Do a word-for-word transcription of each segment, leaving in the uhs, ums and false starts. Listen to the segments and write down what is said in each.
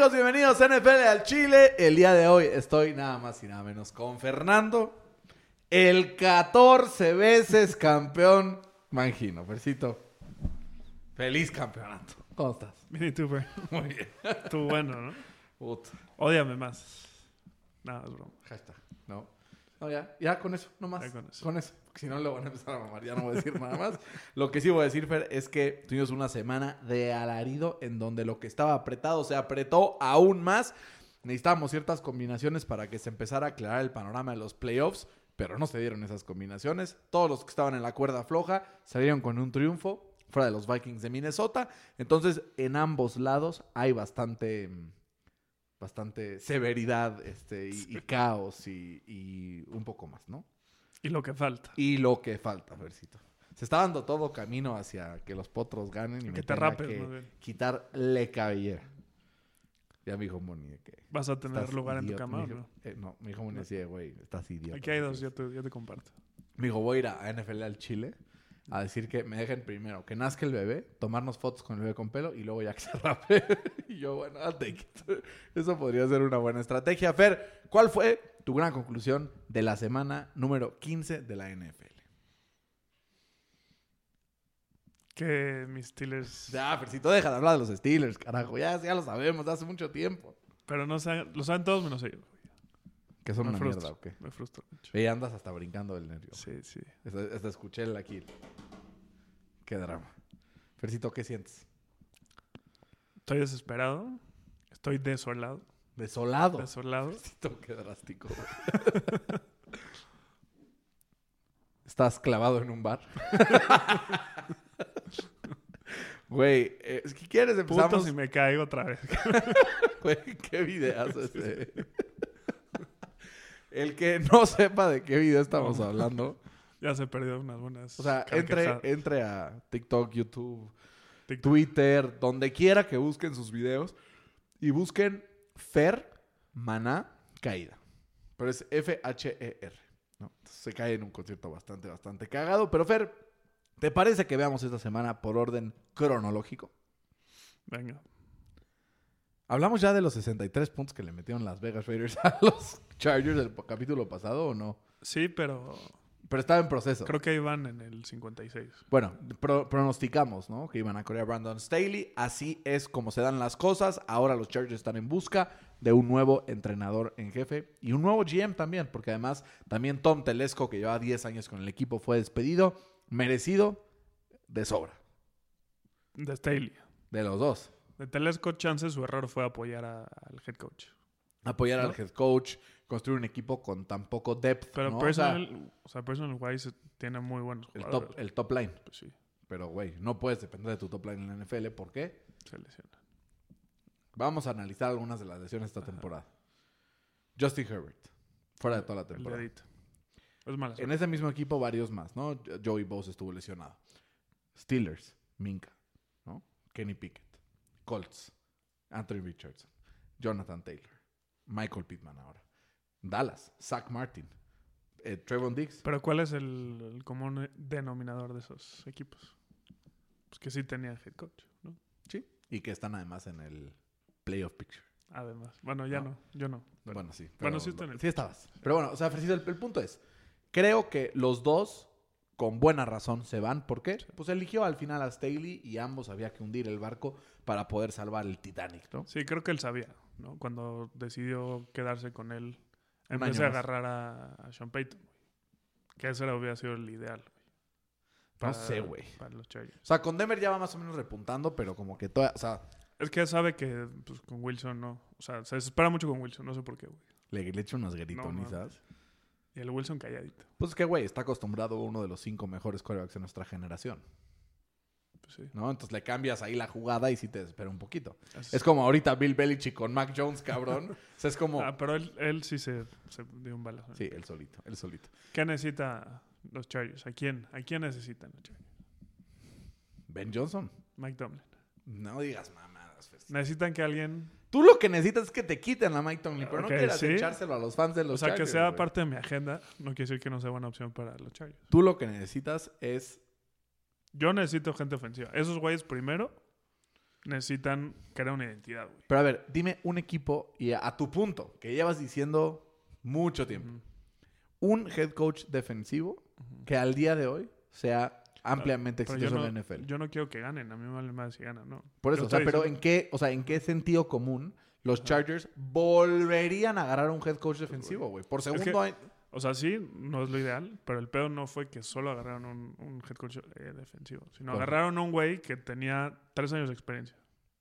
amigos? Bienvenidos a N F L al Chile. El día de hoy estoy nada más y nada menos con Fernando, el catorce veces campeón mangino. Fercito, feliz campeonato. ¿Cómo estás? Bien, ¿y tú, Fer? Muy bien. Tú bueno, ¿no? Puta. Ódiame más. No, es broma. Hashtag. No. No, ya. Ya con eso, no más. Ya con eso. Con eso. Porque si no, le van a empezar a mamar. Ya no voy a decir nada más. Lo que sí voy a decir, Fer, es que tuvimos una semana de alarido en donde lo que estaba apretado se apretó aún más. Necesitábamos ciertas combinaciones para que se empezara a aclarar el panorama de los playoffs, pero no se dieron esas combinaciones. Todos los que estaban en la cuerda floja salieron con un triunfo fuera de los Vikings de Minnesota. Entonces, en ambos lados hay bastante... bastante severidad este, y, y caos y, y un poco más, ¿no? Y lo que falta. Y lo que falta, Fercito. Se está dando todo camino hacia que los potros ganen y Que me te tenga rapes, que más bien. quitarle cabellera. Ya me dijo Moni de que... ¿Vas a tener estás lugar en tu idiota. cama Me o dijo- no? eh, no, me dijo Moni así, güey, estás idiota. Aquí hay dos, yo te, yo te comparto. Me dijo, voy a ir a N F L al Chile a decir que me dejen primero que nazca el bebé, tomarnos fotos con el bebé con pelo y luego ya que se rape. Y yo, bueno, I'll take it. Eso podría ser una buena estrategia. Fer, ¿cuál fue tu gran conclusión de la semana número quince de la N F L? Que mis Steelers... Ya, Fercito, deja de hablar de los Steelers, carajo. Ya, ya lo sabemos, de hace mucho tiempo. Pero no saben, lo saben todos menos ellos. Que son Me una frustra, mierda, ¿o qué? me frustra mucho. Y andas hasta brincando del nervio. Sí, sí. Hasta, hasta escuché el aquí. Qué drama. Fercito, ¿qué sientes? Estoy desesperado. Estoy desolado. Desolado. Desolado. Fercito, qué drástico. ¿Estás clavado en un bar? Güey, eh, si quieres empezamos... Puto si me caigo otra vez. Güey, qué videazo ese. El que no sepa de qué video estamos No. hablando. Ya se perdió unas buenas O sea, entre, carcajadas. entre a TikTok, YouTube, TikTok. Twitter, donde quiera que busquen sus videos y busquen Fer Maná Caída. Pero es F H E R. ¿no? Entonces, se cae en un concierto bastante, bastante cagado. Pero Fer, ¿te parece que veamos esta semana por orden cronológico? Venga. ¿Hablamos ya de los sesenta y tres puntos que le metieron las Vegas Raiders a los Chargers del capítulo pasado o no? Sí, pero Pero estaba en proceso. creo que ahí van en el cincuenta y seis. Bueno, pro- pronosticamos, ¿no? Que iban a correr a Brandon Staley. Así es como se dan las cosas. Ahora los Chargers están en busca de un nuevo entrenador en jefe y un nuevo G M también, porque además también Tom Telesco, que lleva diez años con el equipo, fue despedido. Merecido de sobra. De Staley. De los dos. De Telesco, chance su error fue apoyar a- al head coach. Apoyar ¿No? al head coach, construir un equipo con tan poco depth. Pero ¿no? personal, O sea, o sea, personal wise tiene muy buenos el jugadores. top, el top line. Pues sí, Pero, güey, no puedes depender de tu top line en la N F L. ¿Por qué? se lesiona. Vamos a analizar algunas de las lesiones esta temporada. Justin Herbert, fuera de toda la El temporada. dedito. Es mala En suerte. ese mismo equipo varios más, ¿no? Joey Bosa estuvo lesionado. Steelers, Minka, ¿no? Kenny Pickett, Colts, Anthony Richardson, Jonathan Taylor, Michael Pittman ahora, Dallas, Zach Martin, eh, Trevon Diggs. Pero ¿cuál es el, el común denominador de esos equipos? Pues que sí tenían head coach, ¿no? Sí. Y que están además en el playoff picture. Además. Bueno, ya No. no. Yo no. Pero- Bueno, sí. Bueno, pero sí está en el- Sí estabas. Pero bueno, o sea, Francisco, el, el punto es, creo que los dos, con buena razón, se van. ¿Por qué? Pues eligió al final a Staley y ambos había que hundir el barco para poder salvar el Titanic, ¿no? Sí, creo que él sabía, ¿no? Cuando decidió quedarse con él, en Un vez año de más. agarrar a, a Sean Payton, güey. Que ese era, hubiera sido el ideal, güey. No sé, güey. Para los Chargers. O sea, con Denver ya va más o menos repuntando, pero como que toda, o sea, Es que sabe que pues, con Wilson no. O sea, se desespera mucho con Wilson, no sé por qué, güey. le, le echa unas No, gritonizas. mames. Y el Wilson calladito. Pues es que, güey, está acostumbrado a uno de los cinco mejores quarterbacks de nuestra generación, Pues sí. ¿no? Entonces le cambias ahí la jugada y sí te desespera un poquito. Es- Es como ahorita Bill Belichick con Mac Jones, cabrón. O sea, es como... Ah, pero él, él sí se, se dio un balazo. Sí, él solito, él solito. ¿Qué necesita los Chargers? ¿A quién? ¿A quién necesitan los Chargers? Ben Johnson. Mike Tomlin. No digas mamadas, Fer. Necesitan que alguien... Tú lo que necesitas es que te quiten a Mike Tomlin, pero Ok, no quieras sí. echárselo a los fans de los O sea, que Chargers, sea güey. parte de mi agenda, no quiere decir que no sea buena opción para los Chargers. Tú lo que necesitas es... Yo necesito gente ofensiva. Esos güeyes primero necesitan crear una identidad, güey. Pero a ver, dime un equipo, y a, a tu punto, que llevas diciendo mucho tiempo. Uh-huh. Un head coach defensivo uh-huh. que al día de hoy sea ampliamente pero exitoso no, en la N F L. Yo no quiero que ganen. A mí me vale más si ganan, ¿no? Por eso, yo o sea, pero diciendo... ¿en qué, o sea, ¿en qué sentido común los Chargers uh-huh. volverían a agarrar un head coach defensivo, güey? Por segundo es que, año... O sea, sí, no es lo ideal, pero el pedo no fue que solo agarraron un, un head coach eh, defensivo, sino bueno. agarraron a un güey que tenía tres años de experiencia.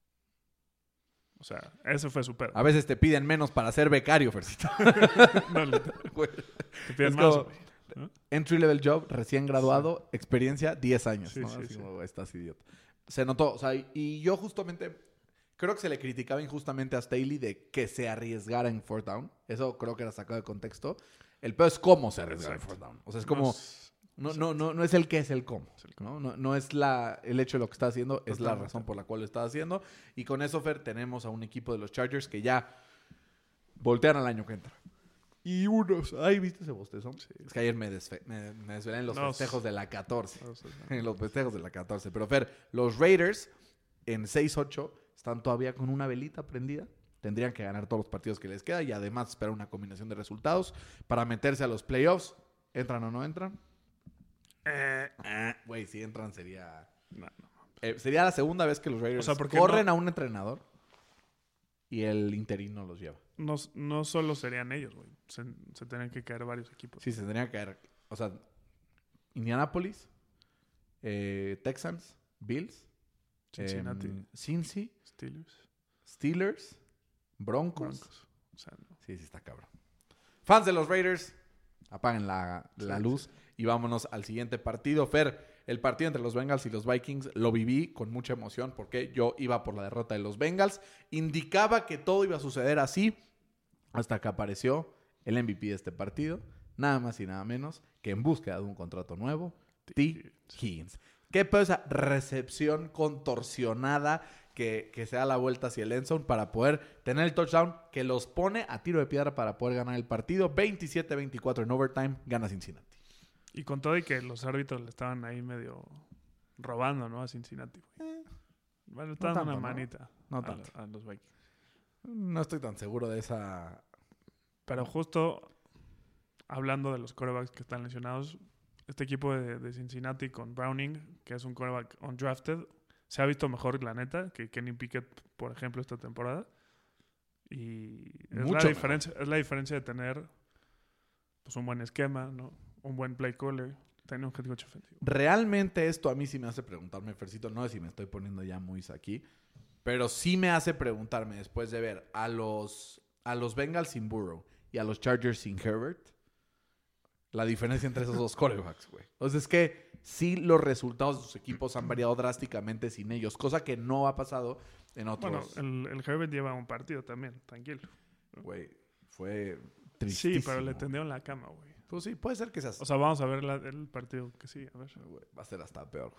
O sea, ese fue su pedo. A veces te piden menos para ser becario, Fercito. no, te piden es más, como, ¿no? Entry level job, recién graduado, sí. experiencia, diez años. Sí, ¿no? sí, Así sí. como, estás idiota. Se notó, o sea, y yo justamente... Creo que se le criticaba injustamente a Staley de que se arriesgara en fourth down. Eso creo que era sacado de contexto. El peor es cómo se arriesga en fourth down. O sea, es como... No, no, no, no es el qué, es el cómo. ¿no? No, no es la, el hecho de lo que está haciendo, es la razón por la cual lo está haciendo. Y con eso, Fer, tenemos a un equipo de los Chargers que ya voltean al año que entra. Y unos... Ay, ¿viste ese bostezo? Sí. Es que ayer me, desfe, me, me desvelé en los no, festejos de la catorce. No, no. En los festejos de la catorce. Pero, Fer, los Raiders en seis ocho... están todavía con una velita prendida. Tendrían que ganar todos los partidos que les queda y además esperar una combinación de resultados para meterse a los playoffs. ¿Entran o no entran? Güey, eh, si entran sería... No, no. Eh, sería la segunda vez que los Raiders o sea, corren no... a un entrenador y el interino los lleva. No, no solo serían ellos, güey. Se, se tendrían que caer varios equipos. Sí, se tendrían que caer. O sea, Indianapolis, eh, Texans, Bills, Cincinnati, eh, Cincy, Steelers, Steelers, Broncos. Broncos. O sea, no. Sí, sí está cabrón. Fans de los Raiders, apaguen la, la sí, luz sí. y vámonos al siguiente partido. Fer, el partido entre los Bengals y los Vikings lo viví con mucha emoción porque yo iba por la derrota de los Bengals. Indicaba que todo iba a suceder así hasta que apareció el M V P de este partido. Nada más y nada menos que en búsqueda de un contrato nuevo, T. Higgins. ¿Qué pasa? Recepción contorsionada que, que se da la vuelta hacia el end zone para poder tener el touchdown que los pone a tiro de piedra para poder ganar el partido. veintisiete veinticuatro en overtime, gana Cincinnati. Y con todo y que los árbitros le estaban ahí medio robando, ¿no? A Cincinnati. Eh, bueno, estaban no tanto, una manita no, no a, tanto. a los Vikings. No estoy tan seguro de esa... Pero justo hablando de los quarterbacks que están lesionados... Este equipo de, de Cincinnati con Browning, que es un quarterback undrafted, se ha visto mejor, la neta, que Kenny Pickett, por ejemplo, esta temporada. Y es la, diferencia, es la diferencia de tener pues, un buen esquema, ¿no? Un buen play caller, tener un head coach ofensivo. Realmente esto a mí sí me hace preguntarme, Fercito, no sé si me estoy poniendo ya muy aquí, pero sí me hace preguntarme después de ver a los, a los Bengals sin Burrow y a los Chargers sin Herbert, la diferencia entre esos dos quarterbacks, güey. Entonces es que sí los resultados de sus equipos han variado drásticamente sin ellos, cosa que no ha pasado en otros. Bueno, el, el Herbert lleva un partido también, tranquilo. Güey, fue tristísimo. Sí, pero le tendieron la cama, güey. Pues sí, puede ser que sea así. O sea, vamos a ver la, el partido que sí, a ver. Güey, va a ser hasta peor.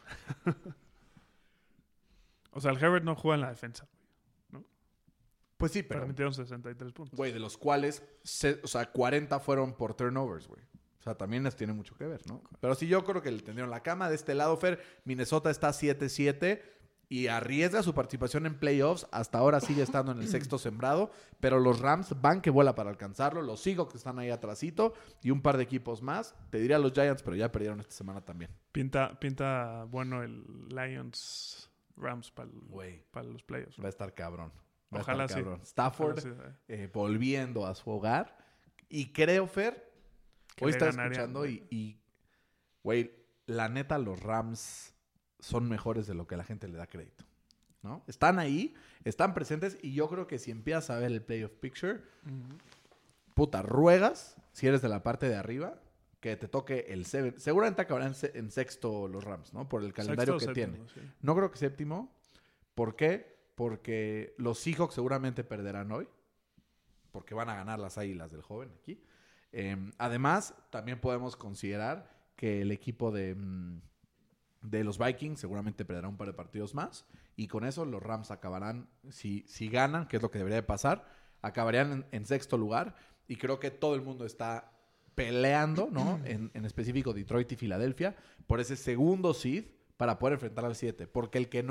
O sea, el Herbert no juega en la defensa, ¿no? Pues sí, pero... Permitieron sesenta y tres puntos. Güey, de los cuales, se, o sea, cuarenta fueron por turnovers, güey. O sea, también les tiene mucho que ver, ¿no? Pero sí, yo creo que le tendieron la cama. De este lado, Fer, Minnesota está siete siete y arriesga su participación en playoffs. Hasta ahora sigue estando en el sexto sembrado, pero los Rams van que vuela para alcanzarlo. Los Seahawks están ahí atrasito y un par de equipos más. Te diría los Giants, pero ya perdieron esta semana también. Pinta, pinta bueno el Lions-Rams para pa los playoffs, ¿no? Va a estar cabrón. Va Ojalá a estar cabrón. sí. Stafford Ojalá sí, eh, volviendo a su hogar. Y creo, Fer... Hoy estaba escuchando y, y, güey, la neta, los Rams son mejores de lo que la gente le da crédito, ¿no? Están ahí, están presentes y yo creo que si empiezas a ver el playoff picture, uh-huh. puta, ruegas, si eres de la parte de arriba, que te toque el seven. Seguramente acabarán en sexto los Rams, ¿no? Por el calendario que séptimo, tiene. Sí. No creo que séptimo. ¿Por qué? Porque los Seahawks seguramente perderán hoy, porque van a ganar las Águilas del Joven aquí. Eh, además, también podemos considerar que el equipo de, de los Vikings seguramente perderá un par de partidos más y con eso los Rams acabarán, si, si ganan, que es lo que debería de pasar, acabarían en, en sexto lugar y creo que todo el mundo está peleando, ¿no? en, en específico Detroit y Filadelfia, por ese segundo seed para poder enfrentar al siete, porque el que no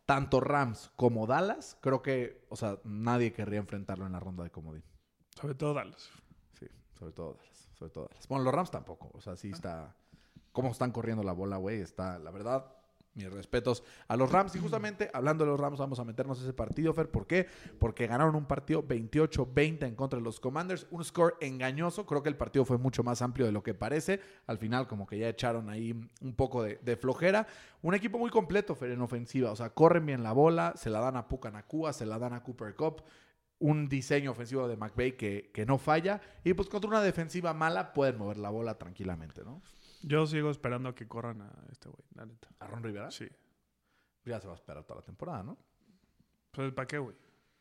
tanto Rams como Dallas, creo que, o sea, nadie querría enfrentarlo en la ronda de comodín. Sobre todo Dallas. Sí, sobre todo Dallas. Sobre todo Dallas. Bueno, los Rams tampoco. O sea, sí está... Cómo están corriendo la bola, güey. Está, la verdad, mis respetos a los Rams. Y justamente, hablando de los Rams, vamos a meternos a ese partido, Fer. ¿Por qué? Porque ganaron un partido veintiocho veinte en contra de los Commanders. Un score engañoso. Creo que el partido fue mucho más amplio de lo que parece. Al final, como que ya echaron ahí un poco de, de flojera. Un equipo muy completo, Fer, en ofensiva. O sea, corren bien la bola. Se la dan a Puka Nacua. Se la dan a Cooper Kupp. Un diseño ofensivo de McVay que, que no falla. Y pues contra una defensiva mala pueden mover la bola tranquilamente, ¿no? Yo sigo esperando a que corran a este güey, la neta. ¿A Ron Rivera? Sí. Ya se va a esperar toda la temporada, ¿no? Pues, ¿para qué, güey?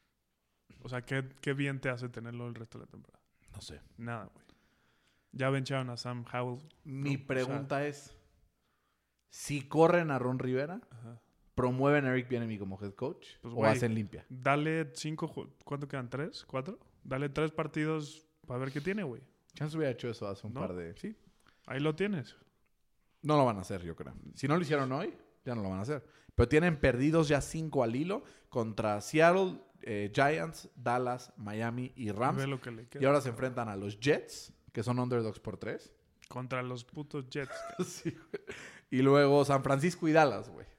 O sea, ¿qué, ¿qué bien te hace tenerlo el resto de la temporada? No sé. Nada, güey. Ya vencharon a Sam Howell. Mi ¿no? pregunta O sea, es, si corren a Ron Rivera, ajá. ¿promueven a Eric Bieniemy como head coach Pues, o güey, hacen limpia? Dale cinco... ju- ¿Cuánto quedan? ¿Tres? ¿Cuatro? Dale tres partidos para ver qué tiene, güey. Chance hubiera hecho eso hace un ¿No? par de... Sí. Ahí lo tienes. No lo van a hacer, yo creo. Si no lo hicieron hoy, ya no lo van a hacer. Pero tienen perdidos ya cinco al hilo contra Seattle, eh, Giants, Dallas, Miami y Rams. Ve lo que le queda. Y ahora se enfrentan a los Jets, que son underdogs por tres. Contra los putos Jets. Sí, güey. Y luego San Francisco y Dallas, güey.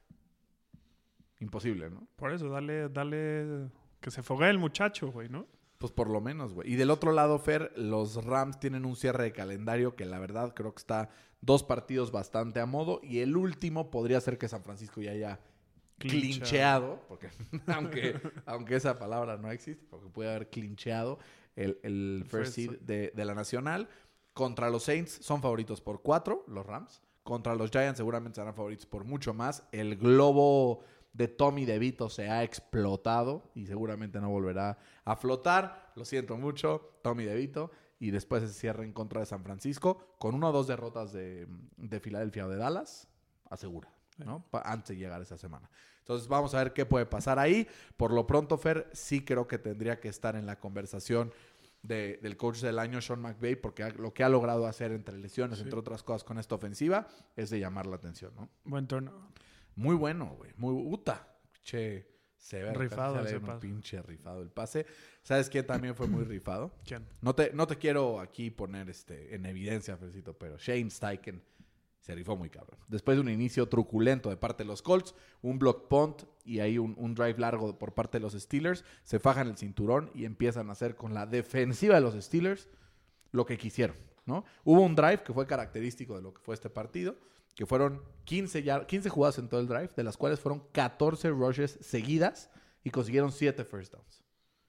Imposible, ¿no? Por eso, dale, dale... Que se fogue el muchacho, güey, ¿no? Pues por lo menos, güey. Y del otro lado, Fer, los Rams tienen un cierre de calendario que la verdad creo que está dos partidos bastante a modo. Y el último podría ser que San Francisco ya haya Clinchado. clincheado, porque aunque, aunque esa palabra no existe, porque puede haber clincheado el, el first First- seed de, de la Nacional. Contra los Saints son favoritos por cuatro, los Rams. Contra los Giants seguramente serán favoritos por mucho más. El globo de Tommy DeVito se ha explotado y seguramente no volverá a flotar. Lo siento mucho, Tommy DeVito. Y después se cierra en contra de San Francisco con una o dos derrotas de, de Filadelfia o de Dallas. Asegura, ¿no? Pa- antes de llegar esa semana. Entonces vamos a ver qué puede pasar ahí. Por lo pronto, Fer, sí creo que tendría que estar en la conversación de, del coach del año, Sean McVay, porque ha- lo que ha logrado hacer entre lesiones, Sí. entre otras cosas, con esta ofensiva, es de llamar la atención, ¿no? Buen turno. Muy bueno, güey. Muy uta. Che, severo. Rifado Casi sale ese un pase. pinche rifado el pase. ¿Sabes quién también fue muy rifado? ¿Quién? No te, no te quiero aquí poner este, en evidencia, Fercito, pero Shane Steichen se rifó muy cabrón. Después de un inicio truculento de parte de los Colts, un block punt y ahí un, un drive largo por parte de los Steelers, se fajan el cinturón y empiezan a hacer con la defensiva de los Steelers lo que quisieron, ¿no? Hubo un drive que fue característico de lo que fue este partido, que fueron quince, ya, quince jugadas en todo el drive, de las cuales fueron catorce rushes seguidas y consiguieron siete first downs.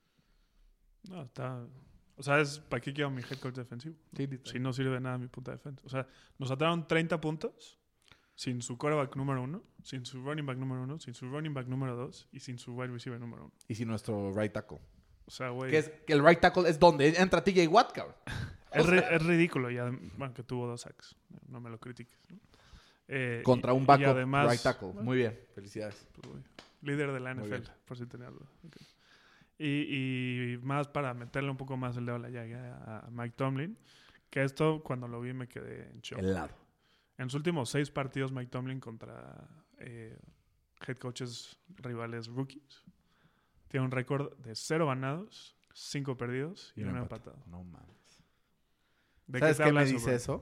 No, está... O sea, es ¿para qué quiero mi head coach defensivo? Sí, Si no sirve de nada mi puta defensa. O sea, nos ataron treinta puntos sin su quarterback número uno, sin su running back número uno, sin su running back número dos y sin su wide receiver número uno. Y si nuestro right tackle. O sea, güey... Que, es, que el right tackle es donde entra T J Watt, cabrón. Es, ri- es ridículo. Y adem- bueno, que tuvo dos sacks. No me lo critiques. ¿no? Eh, Contra y- un y backup además, right tackle. bueno, Muy bien. Felicidades. pues, güey, líder de la Muy N F L, bien. por si tenías duda. Ok. Y, y más para meterle un poco más el dedo a la llaga a, a Mike Tomlin, que esto cuando lo vi me quedé en shock. El lado. En los últimos seis partidos Mike Tomlin contra eh, head coaches rivales rookies tiene un récord de cero ganados, cinco perdidos y, Y un uno empate. empatado. No mames. ¿De ¿Sabes te qué habla me eso, dice bro? eso?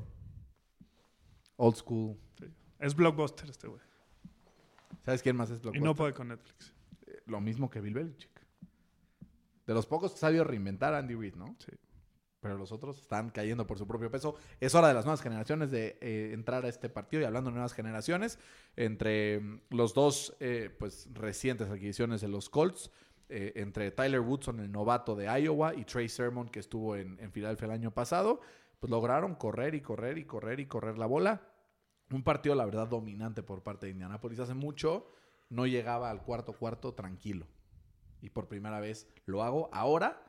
Old school. Es blockbuster este güey. ¿Sabes quién más es Y blockbuster? no puede con Netflix. Eh, Lo mismo que Bill Belichick. De los pocos que sabió reinventar a Andy Reid, ¿no? Sí. Pero los otros están cayendo por su propio peso. Es hora de las nuevas generaciones de eh, entrar a este partido. Y hablando de nuevas generaciones, entre mm, los dos eh, pues recientes adquisiciones de los Colts, eh, entre Tyler Woodson, el novato de Iowa, y Trey Sermon, que estuvo en, en Filadelfia el año pasado, pues lograron correr y correr y correr y correr la bola. Un partido, la verdad, dominante por parte de Indianapolis. Hace mucho no llegaba al cuarto cuarto tranquilo. Y por primera vez lo hago. Ahora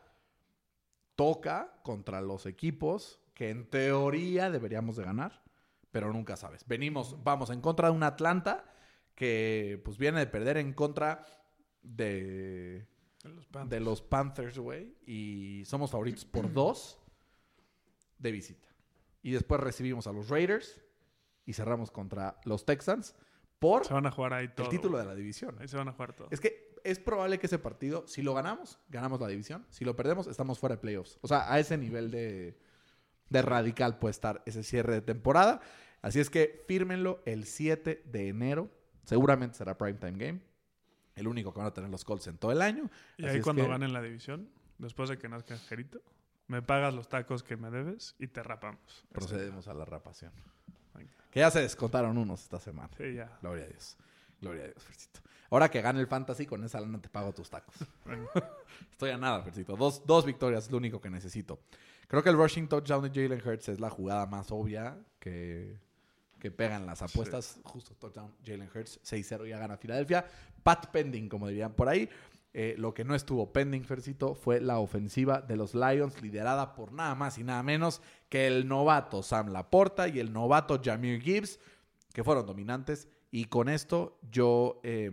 toca contra los equipos que en teoría deberíamos de ganar, pero nunca sabes. Venimos, vamos, en contra de un Atlanta que pues viene de perder en contra de, De los Panthers. de los Panthers, güey. Y somos favoritos por dos de visita. Y después recibimos a los Raiders y cerramos contra los Texans. por Se van a jugar ahí todo. el título güey. de la división. Ahí se van a jugar todo. Es que es probable que ese partido, si lo ganamos, ganamos la división. Si lo perdemos, estamos fuera de playoffs. O sea, a ese nivel de, de radical puede estar ese cierre de temporada. Así es que fírmenlo el siete de enero. Seguramente será primetime game. El único que van a tener los Colts en todo el año. Y Así ahí es cuando que ganen la división, después de que nazca Jerito, me pagas los tacos que me debes y te rapamos. procedemos a la rapación. Venga. Que ya se descontaron unos esta semana. Sí, ya. Gloria a Dios. Gloria a Dios, Fercito. Ahora que gane el Fantasy, con esa lana te pago tus tacos. Venga. Estoy a nada, Fercito. Dos, dos victorias es lo único que necesito. Creo que el rushing touchdown de Jalen Hurts es la jugada más obvia que, que pegan las apuestas. Sí. Justo touchdown Jalen Hurts, seis cero ya gana Filadelfia. Pat pending, como dirían por ahí. Eh, lo que no estuvo pending, Fercito, fue la ofensiva de los Lions, liderada por nada más y nada menos que el novato Sam Laporta y el novato Jahmyr Gibbs, que fueron dominantes. Y con esto yo eh,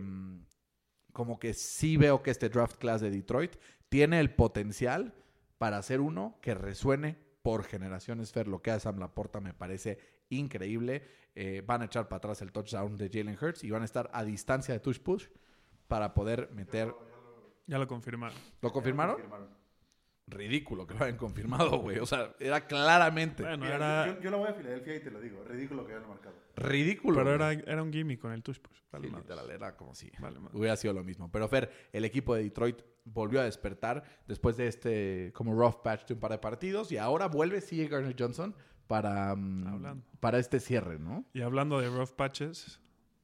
como que sí veo que este draft class de Detroit tiene el potencial para ser uno que resuene por generaciones. Fer, lo que hace Sam Laporta me parece increíble. Eh, van a echar para atrás el touchdown de Jalen Hurts y van a estar a distancia de touch push para poder meter... Ya lo confirmaron. ¿Lo confirmaron? Ya lo confirmaron. Ridículo que lo hayan confirmado, güey. O sea, era claramente... Bueno, Mira, era... yo, yo lo voy a Filadelfia y te lo digo. Ridículo que hayan marcado. Ridículo. Pero güey. era, era un gimme con el touch push. Vale Sí, más. literal, era como si Vale más. hubiera sido lo mismo. Pero Fer, el equipo de Detroit volvió a despertar después de este como rough patch de un par de partidos y ahora vuelve C J Gardner Johnson para, um, Hablando. para este cierre, ¿no? Y hablando de rough patches,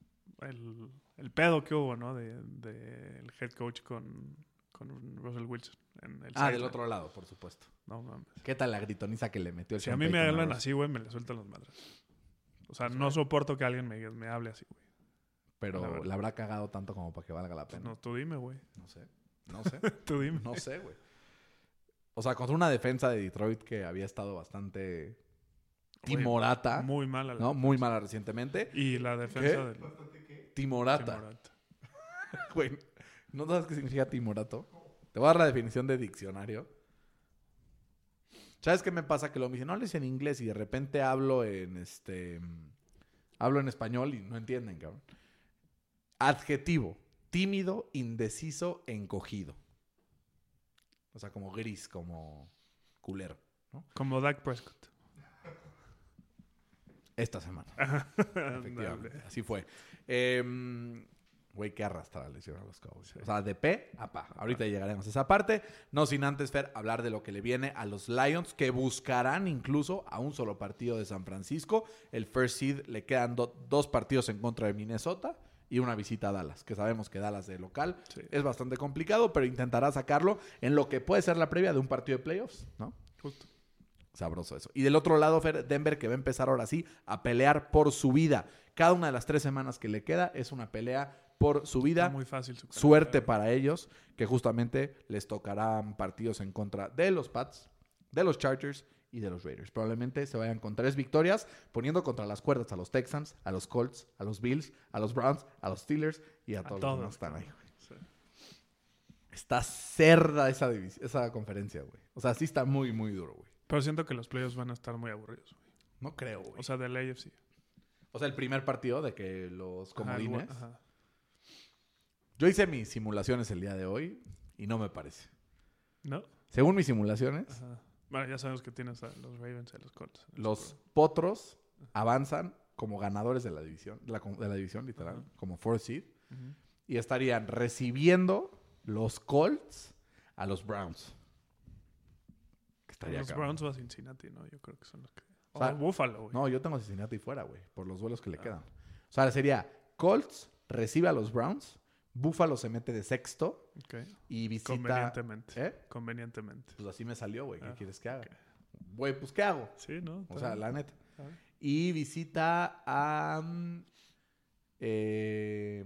el, el pedo que hubo, ¿no? De, de el head coach con, con Russell Wilson. En el Ah, sideline. del otro lado, por supuesto. No mames. ¿Qué tal la gritoniza que le metió el Si a Sean mí me Payton a hablan Russ? así, güey, me le sueltan las madres. O sea, no soporto que alguien me, me hable así, güey. la Pero verdad. la habrá cagado tanto como para que valga la Pues pena. no, tú dime, güey. No sé. No sé. Tú dime. No sé, güey. O sea, contra una defensa de Detroit que había estado bastante Güey, timorata, Muy mal. a la- ¿no? Muy mala recientemente. Y la defensa del Timorata. Timorata. Güey, ¿no sabes qué significa timorato? Te voy a dar la definición de diccionario. ¿Sabes qué me pasa? Que lo me dicen, no hables en inglés y de repente hablo en este... Hablo en español y no entienden, cabrón. Adjetivo. Tímido, indeciso, encogido. O sea, como gris, como culero, ¿no? Como Dak Prescott. Esta semana. Efectivamente. Dale. Así fue. Eh, Güey, qué arrastrada lesión a los Cowboys. Sí. O sea, de P a pa. Ahorita llegaremos a esa parte. No sin antes, Fer, hablar de lo que le viene a los Lions, que buscarán incluso a un solo partido de San Francisco. El first seed le quedan do- dos partidos en contra de Minnesota y una visita a Dallas, que sabemos que Dallas de local Sí. es bastante complicado, pero intentará sacarlo en lo que puede ser la previa de un partido de playoffs, ¿no? Justo. Sabroso eso. Y del otro lado, Fer, Denver, que va a empezar ahora sí a pelear por su vida. Cada una de las tres semanas que le queda es una pelea por su vida. Está muy fácil su Suerte calendario. para ellos, que justamente les tocarán partidos en contra de los Pats, de los Chargers y de los Raiders. Probablemente se vayan con tres victorias, poniendo contra las cuerdas a los Texans, a los Colts, a los Bills, a los Browns, a los Steelers y a, A todos, todos, los que no están ahí. cabrón. Sí. Está cerda esa, divis- esa conferencia, güey. O sea, sí está muy, muy duro, güey. Pero siento que los playoffs van a estar muy aburridos, güey. No creo, güey. O sea, del A F C. O sea, el primer partido de que los Ajá, comodines. ajá. Yo hice mis simulaciones el día de hoy y no me parece. ¿No? Según mis simulaciones, Ajá. Bueno, ya sabemos que tienes a los Ravens y a los Colts. los potros avanzan como ganadores de la división, de la, de la división literal, Ajá. como fourth seed, Ujú. y estarían recibiendo los Colts a los Browns. Que estaría Los cabrón. Browns o a Cincinnati, ¿no? Yo creo que son los que... O, O sea, Buffalo, güey. No, yo tengo Cincinnati fuera, güey, por los duelos que le Ah. quedan. O sea, sería Colts recibe a los Browns, Buffalo se mete de sexto Ok. y visita... Convenientemente. ¿Eh? Convenientemente. Pues así me salió, güey. ¿Qué Ah, quieres que haga? ok. Güey, pues ¿qué hago? Sí, ¿no? O Está sea, bien. la neta. Ah. Y visita a mm, eh,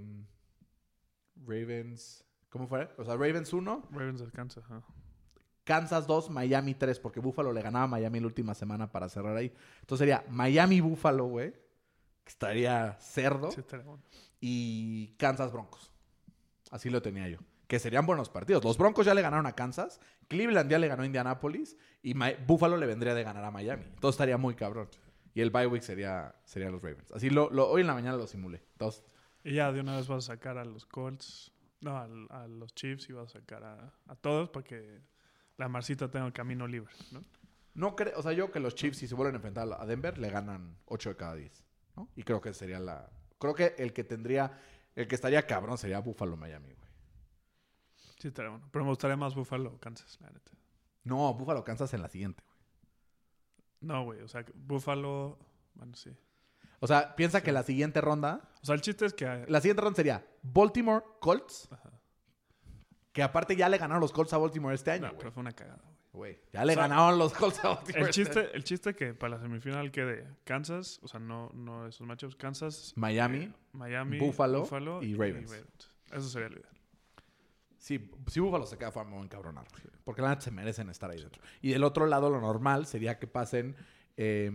Ravens. ¿Cómo fue? O sea, Ravens uno, Ravens descansa. Ajá. Kansas dos, Miami tres, porque Buffalo le ganaba a Miami la última semana para cerrar ahí. Entonces sería Miami-Buffalo, güey, que estaría cerdo, Sí, estaría bueno. y Kansas-Broncos. Así lo tenía yo. Que serían buenos partidos. Los Broncos ya le ganaron a Kansas, Cleveland ya le ganó a Indianapolis y Mi- Buffalo le vendría de ganar a Miami. Entonces estaría muy cabrón. Y el bye week sería, serían los Ravens. Así lo, lo- hoy en la mañana lo simulé. Entonces, Y ya de una vez vas a sacar a los Colts, no, al- a, los Chiefs y vas a sacar a, a todos para que la Marcita tenga el camino libre, ¿no? No creo, o sea, yo que los Chiefs, si se vuelven a enfrentar a Denver, le ganan ocho de cada diez, ¿no? Y creo que sería la... Creo que el que tendría... El que estaría cabrón sería Buffalo Miami, güey. Sí, estaría bueno. Pero me gustaría más Buffalo, Kansas, la neta. No, Buffalo Kansas en la siguiente, güey. No, güey, o sea, Buffalo, bueno, sí. O sea, piensa Sí. que la siguiente ronda... O sea, el chiste es que... La siguiente ronda sería Baltimore Colts, Ajá. que aparte ya le ganaron los Colts a Baltimore este año, No, güey. pero fue una cagada, güey. Güey, ya le O sea, ganaron los Colts a Baltimore. El este año. chiste, el chiste que para la semifinal quede Kansas, o sea, no, no esos matchups, Kansas, Miami, eh, Miami, Buffalo y Ravens. Eso sería el ideal. Sí, si Buffalo se queda fuera, me voy a encabronar, güey. Porque la neta se merecen estar ahí dentro. Y del otro lado, lo normal sería que pasen eh,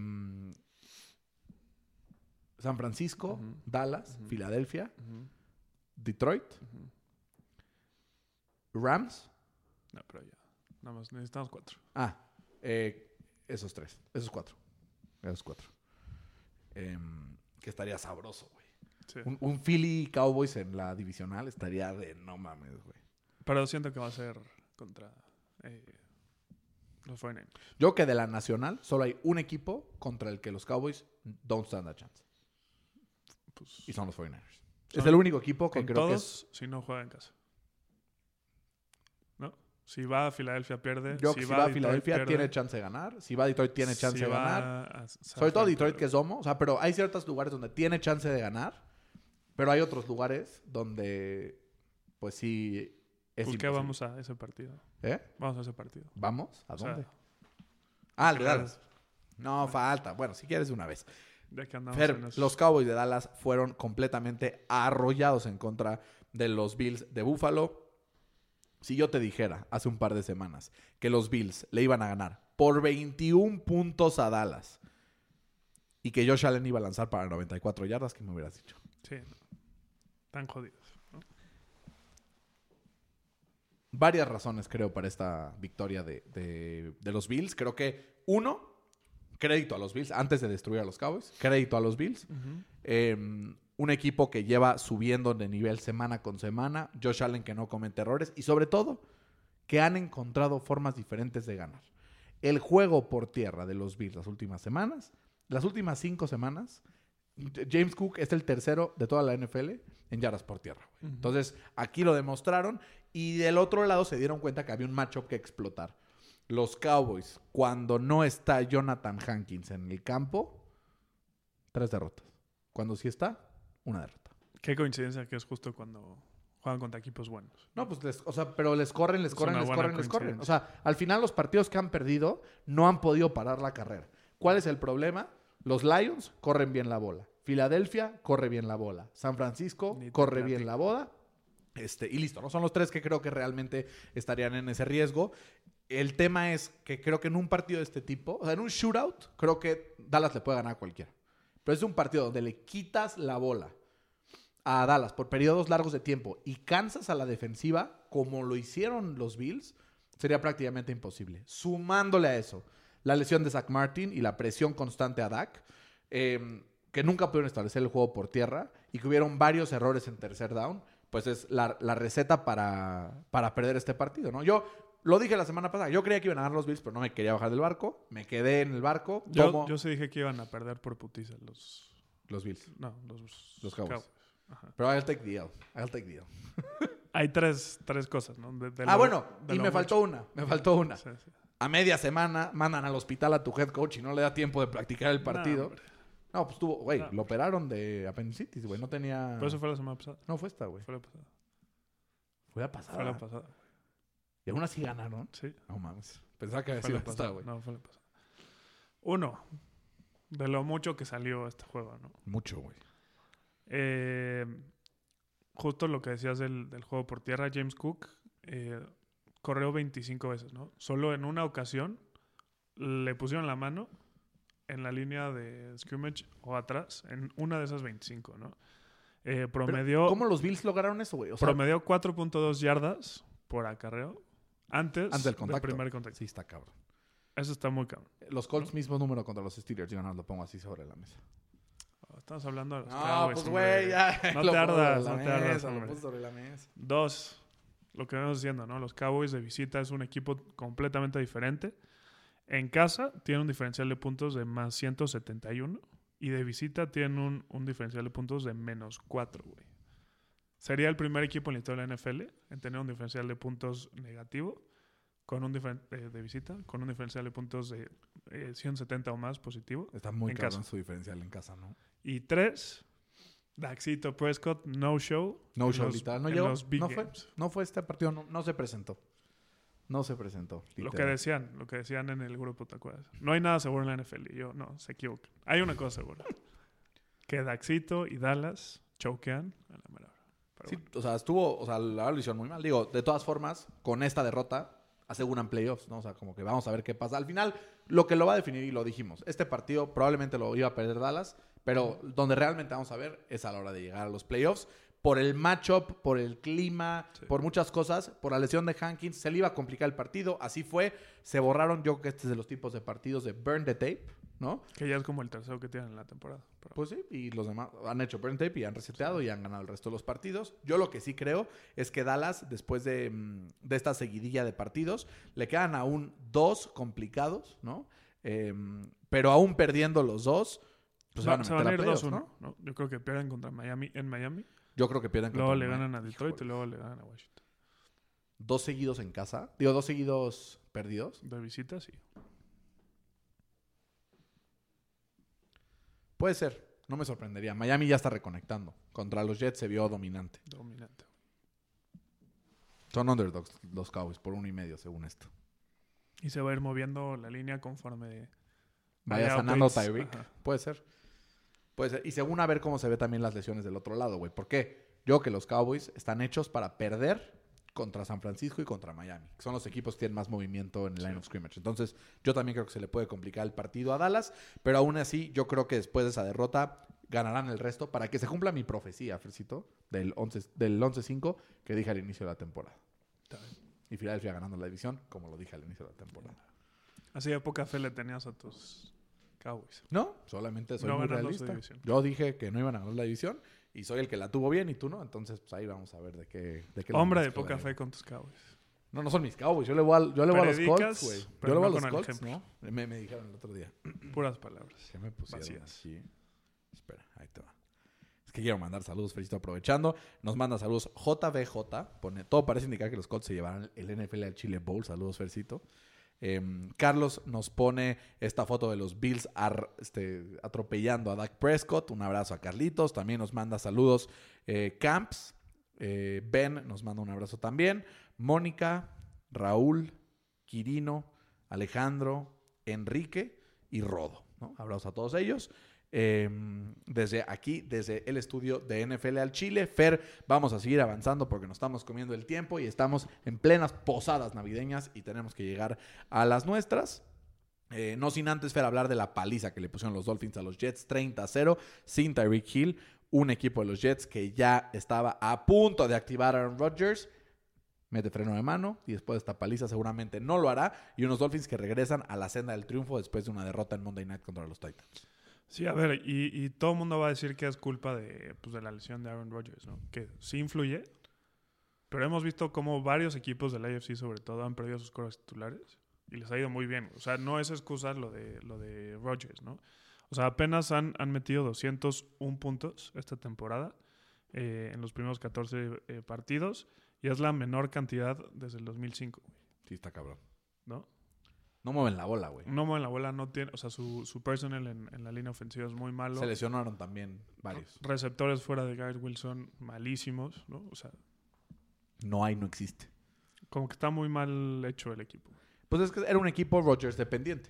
San Francisco, Ujú. Dallas, Ujú. Filadelfia, Ujú, Detroit, ujú. Rams. No, pero ya. Nada más necesitamos cuatro. Ah, eh, esos tres. Esos cuatro. Esos cuatro. Em, que estaría sabroso, güey. Sí. Un, un Philly Cowboys en la divisional estaría de no mames, güey. Pero siento que va a ser contra eh, los cuarenta y nueve. Yo que de la nacional solo hay un equipo contra el que los Cowboys don't stand a chance. Pues, Y son los cuarenta y nueve. Son- Es el único equipo que con creo que es... todos, si no juega en casa. ¿No? Si va a Filadelfia, pierde. Yo si que si va, va a Detroit, Filadelfia pierde. tiene chance de ganar. Si va a Detroit tiene chance Si de va ganar. a San Sobre todo Fran, Detroit, pierde. que es domo. O sea, pero hay ciertos lugares donde tiene chance de ganar. Pero hay otros lugares donde, pues sí, es ¿Por qué imposible. vamos a ese partido? ¿Eh? Vamos a ese partido. ¿Vamos? ¿A O sea, dónde? ah, al de que Dallas. No, falta. Bueno, si quieres de una vez. ya que andamos Fer, en eso. los Cowboys de Dallas fueron completamente arrollados en contra de los Bills de Buffalo. Si yo te dijera hace un par de semanas que los Bills le iban a ganar por veintiún puntos a Dallas y que Josh Allen iba a lanzar para noventa y cuatro yardas, ¿qué me hubieras dicho? Sí, no. Tan jodidos. ¿no? Varias razones, creo, para esta victoria de, de- de los Bills. Creo que, uno, crédito a los Bills antes de destruir a los Cowboys. Crédito a los Bills. Ujú. Eh, un equipo que lleva subiendo de nivel semana con semana. Josh Allen que no comete errores. Y sobre todo, que han encontrado formas diferentes de ganar. El juego por tierra de los Bills las últimas semanas, las últimas cinco semanas, James Cook es el tercero de toda la N F L en yardas por tierra. güey. Ujú. Entonces, aquí lo demostraron. Y del otro lado se dieron cuenta que había un matchup que explotar. Los Cowboys, cuando no está Jonathan Hankins en el campo, tres derrotas. Cuando sí está, una derrota. Qué coincidencia que es justo cuando juegan contra equipos buenos. No, pues, les, o sea, pero les corren, les Es corren, una les buena corren, les corren. O coincidencia. sea, al final los partidos que han perdido no han podido parar la carrera. ¿Cuál es el problema? Los Lions corren bien la bola. Filadelfia corre bien la bola. San Francisco Ni te corre bien platico. la bola. Este, y listo, ¿no? Son los tres que creo que realmente estarían en ese riesgo. El tema es que creo que en un partido de este tipo, o sea, en un shootout, creo que Dallas le puede ganar a cualquiera. Pero es un partido donde le quitas la bola a Dallas por periodos largos de tiempo y cansas a la defensiva, como lo hicieron los Bills, sería prácticamente imposible. Sumándole a eso la lesión de Zach Martin y la presión constante a Dak, eh, que nunca pudieron establecer el juego por tierra y que hubieron varios errores en tercer down, pues es la, la receta para, para perder este partido, ¿no? Yo lo dije la semana pasada, yo creía que iban a ganar los Bills, pero no me quería bajar del barco. Me quedé en el barco. Yo, tomo yo sí dije que iban a perder por putiza los... los Bills. No, los, Los Cowboys. Ajá. Pero I'll take the deal. I'll take the deal. Hay tres, tres cosas, ¿no? De- de Ah, lo- bueno, de y lo me mucho. faltó una. Me faltó una. Sí, sí. A media semana mandan al hospital a tu head coach y no le da tiempo de practicar el No, partido. hombre. No, pues tuvo, güey, No. lo operaron de apendicitis, güey. No tenía. Pero eso fue la semana pasada. No fue esta, güey. Fue la pasada. Fue la pasada. Fue la pasada. Y aún así ganaron. Sí, No mames. Pensaba que había fue sido la esta, pasada. güey. No, fue la pasada. Uno, de lo mucho que salió este juego, ¿no? Mucho, güey. Eh, justo lo que decías del, del juego por tierra, James Cook eh, corrió veinticinco veces, ¿no? Solo en una ocasión le pusieron la mano en la línea de scrimmage o atrás, en una de esas veinticinco, ¿no? Eh, Pero, promedió ¿cómo los Bills lograron eso, güey? O sea, promedió cuatro punto dos yardas por acarreo antes, antes del contacto. primer contacto. Sí, está cabrón. Eso está muy cabrón. Los Colts, mismo número contra los Steelers. Yo no lo pongo así sobre la mesa. Estamos hablando de los No, Cowboys, pues hombre. güey, ya. No lo te puso ardas, sobre no la te ardas, mesa, Lo hombre. puso sobre la mesa. Dos, lo que vemos diciendo, ¿no? Los Cowboys de visita es un equipo completamente diferente. En casa tiene un diferencial de puntos de más ciento setenta y uno y de visita tienen un, un diferencial de puntos de menos cuatro, güey. Sería el primer equipo en la historia de la N F L en tener un diferencial de puntos negativo con un diferen- eh, de visita, con un diferencial de puntos de eh, ciento setenta o más positivo. Está muy En cabrón casa. su diferencial en casa, ¿no? Y tres, Daxito Prescott, no show. No en show, los- literal. No en llegó. los big No fue. games. No fue este partido. No, no se presentó. No se presentó. Lo que literal. decían, lo que decían en el grupo, ¿te acuerdas? No hay nada seguro en la N F L. Y yo, no, se equivocan. Hay una cosa segura. Que Daxito y Dallas choquean a la mera hora. Pero Sí, bueno. o sea, estuvo, o sea, la verdad lo hicieron muy mal. Digo, de todas formas, con esta derrota aseguran playoffs, ¿no? O sea, como que vamos a ver qué pasa. Al final, lo que lo va a definir, y lo dijimos, este partido probablemente lo iba a perder Dallas, pero donde realmente vamos a ver es a la hora de llegar a los playoffs. Por el matchup, por el clima, Sí. por muchas cosas, por la lesión de Hankins, se le iba a complicar el partido. Así fue. Se borraron, yo creo que este es de los tipos de partidos de burn the tape, ¿no? Que ya es como el tercero que tienen en la temporada. Pero Pues sí, y los demás han hecho burn tape y han reseteado y han ganado el resto de los partidos. Yo lo que sí creo es que Dallas, después de, mm, de esta seguidilla de partidos, le quedan aún dos complicados, ¿no? Eh, pero aún perdiendo los dos, pues se Va- van a se meter van a a ir playoffs, dos uno, ¿no? ¿no? Yo creo que pierden contra Miami en Miami. Yo creo que pierden Luego contra le Miami. ganan a Detroit Híjole. y luego le ganan a Washington. Dos seguidos en casa. Digo, dos seguidos perdidos. De visita, sí. Puede ser. No me sorprendería. Miami ya está reconectando. Contra los Jets se vio dominante. Dominante. Son underdogs los Cowboys por uno y medio, según esto. Y se va a ir moviendo la línea conforme Vaya haya sanando updates. Tyreek. Ajá. Puede ser. Puede ser. Y según a ver cómo se ve también las lesiones del otro lado, güey. ¿Por qué? Yo creo que los Cowboys están hechos para perder contra San Francisco y contra Miami. Que son los equipos que tienen más movimiento en el line of scrimmage. Entonces, yo también creo que se le puede complicar el partido a Dallas. Pero aún así, yo creo que después de esa derrota ganarán el resto para que se cumpla mi profecía, Fercito, del once del once cinco que dije al inicio de la temporada. Está bien. Y Filadelfia ganando la división, como lo dije al inicio de la temporada. Así de poca fe le tenías a tus Cowboys. No, solamente soy No muy ganando su realista. división. Yo dije que no iban a ganar la división y soy el que la tuvo bien y tú no. Entonces, pues ahí vamos a ver de qué. De qué Hombre la de mezcla poca de- fe con tus Cowboys. No, no son mis Cowboys. Yo le voy a, yo le voy a los Predicas, Colts, güey. Yo pero le voy a no los con el Colts, ejemplo. ¿no? Me, me dijeron el otro día. Puras palabras. ¿Qué me pusieron Vacías. aquí? Espera, ahí te va. Es que quiero mandar saludos, Felicito, aprovechando. Nos manda saludos J B J. Pone, todo parece indicar que los Colts se llevarán el N F L al Chile Bowl. Saludos, Fercito. Eh, Carlos nos pone esta foto de los Bills ar- este, atropellando a Dak Prescott. Un abrazo a Carlitos. También nos manda saludos eh, Camps. Eh, Ben nos manda un abrazo también. Mónica, Raúl, Quirino, Alejandro, Enrique y Rodo, ¿no? Abrazos a todos ellos. Eh, desde aquí, desde el estudio de N F L al Chile. Fer, vamos a seguir avanzando porque nos estamos comiendo el tiempo y estamos en plenas posadas navideñas y tenemos que llegar a las nuestras. Eh, no sin antes, Fer, hablar de la paliza que le pusieron los Dolphins a los Jets, treinta a cero, sin Tyreek Hill. Un equipo de los Jets que ya estaba a punto de activar a Aaron Rodgers. Mete freno de mano y después de esta paliza seguramente no lo hará. Y unos Dolphins que regresan a la senda del triunfo después de una derrota en Monday Night contra los Titans. Sí, a ver, y, y todo el mundo va a decir que es culpa de, pues, de la lesión de Aaron Rodgers, ¿no? Que sí influye, pero hemos visto cómo varios equipos del A F C, sobre todo, han perdido sus corebacks titulares y les ha ido muy bien. O sea, no es excusa lo de, lo de Rodgers, ¿no? O sea, apenas han, han metido doscientos un puntos esta temporada eh, en los primeros catorce eh, partidos y es la menor cantidad desde el dos mil cinco, güey, Sí, está cabrón. ¿no? No mueven la bola, güey. No mueven la bola, no tiene, o sea, su, su personnel en, en la línea ofensiva es muy malo. Se lesionaron también varios. Receptores fuera de Garrett Wilson malísimos, ¿no? O sea, No hay, no existe. como que está muy mal hecho el equipo. Pues es que era un equipo Rodgers dependiente.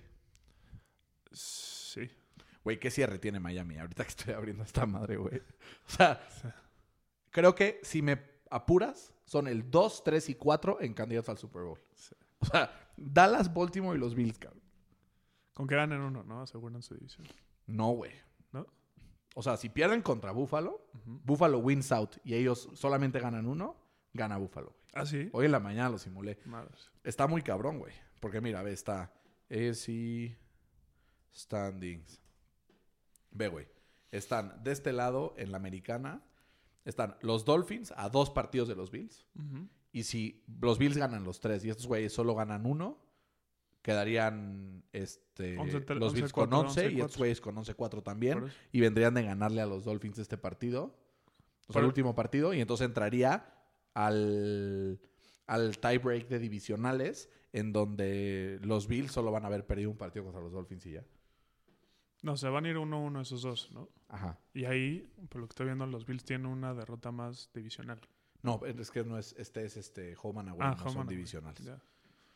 Sí. Güey, ¿qué cierre tiene Miami? Ahorita que estoy abriendo esta madre, güey. O sea, creo que si me apuras, son el dos, tres y cuatro en candidatos al Super Bowl. Sí. O sea, Dallas, Baltimore y los Bills, cabrón. Con que ganen uno, ¿no? Aseguran su división. No, güey. ¿No? O sea, si pierden contra Buffalo, Uh-huh. Buffalo wins out y ellos solamente ganan uno, gana Buffalo, güey. ¿Ah, sí? Hoy en la mañana lo simulé. Madres. Está muy cabrón, güey. Porque mira, ve, está A F C Standings. Ve, güey. están de este lado, en la americana, están los Dolphins a dos partidos de los Bills. Ujú. Y si los Bills ganan los tres y estos güeyes solo ganan uno, quedarían este, once, tre- los once, Bills con cuatro, once once, y estos cuatro. güeyes con once cuatro también. Por eso. Y vendrían de ganarle a los Dolphins este partido. O sea, Por- el último partido. Y entonces entraría al, al tiebreak de divisionales, en donde los Bills solo van a haber perdido un partido contra los Dolphins y ya. No, se van a ir uno a uno esos dos, ¿no? Ajá. Y ahí, por lo que estoy viendo, los Bills tienen una derrota más divisional. No, es que no es, este es este home and away, Ah, no home son and away. divisionales. Ya.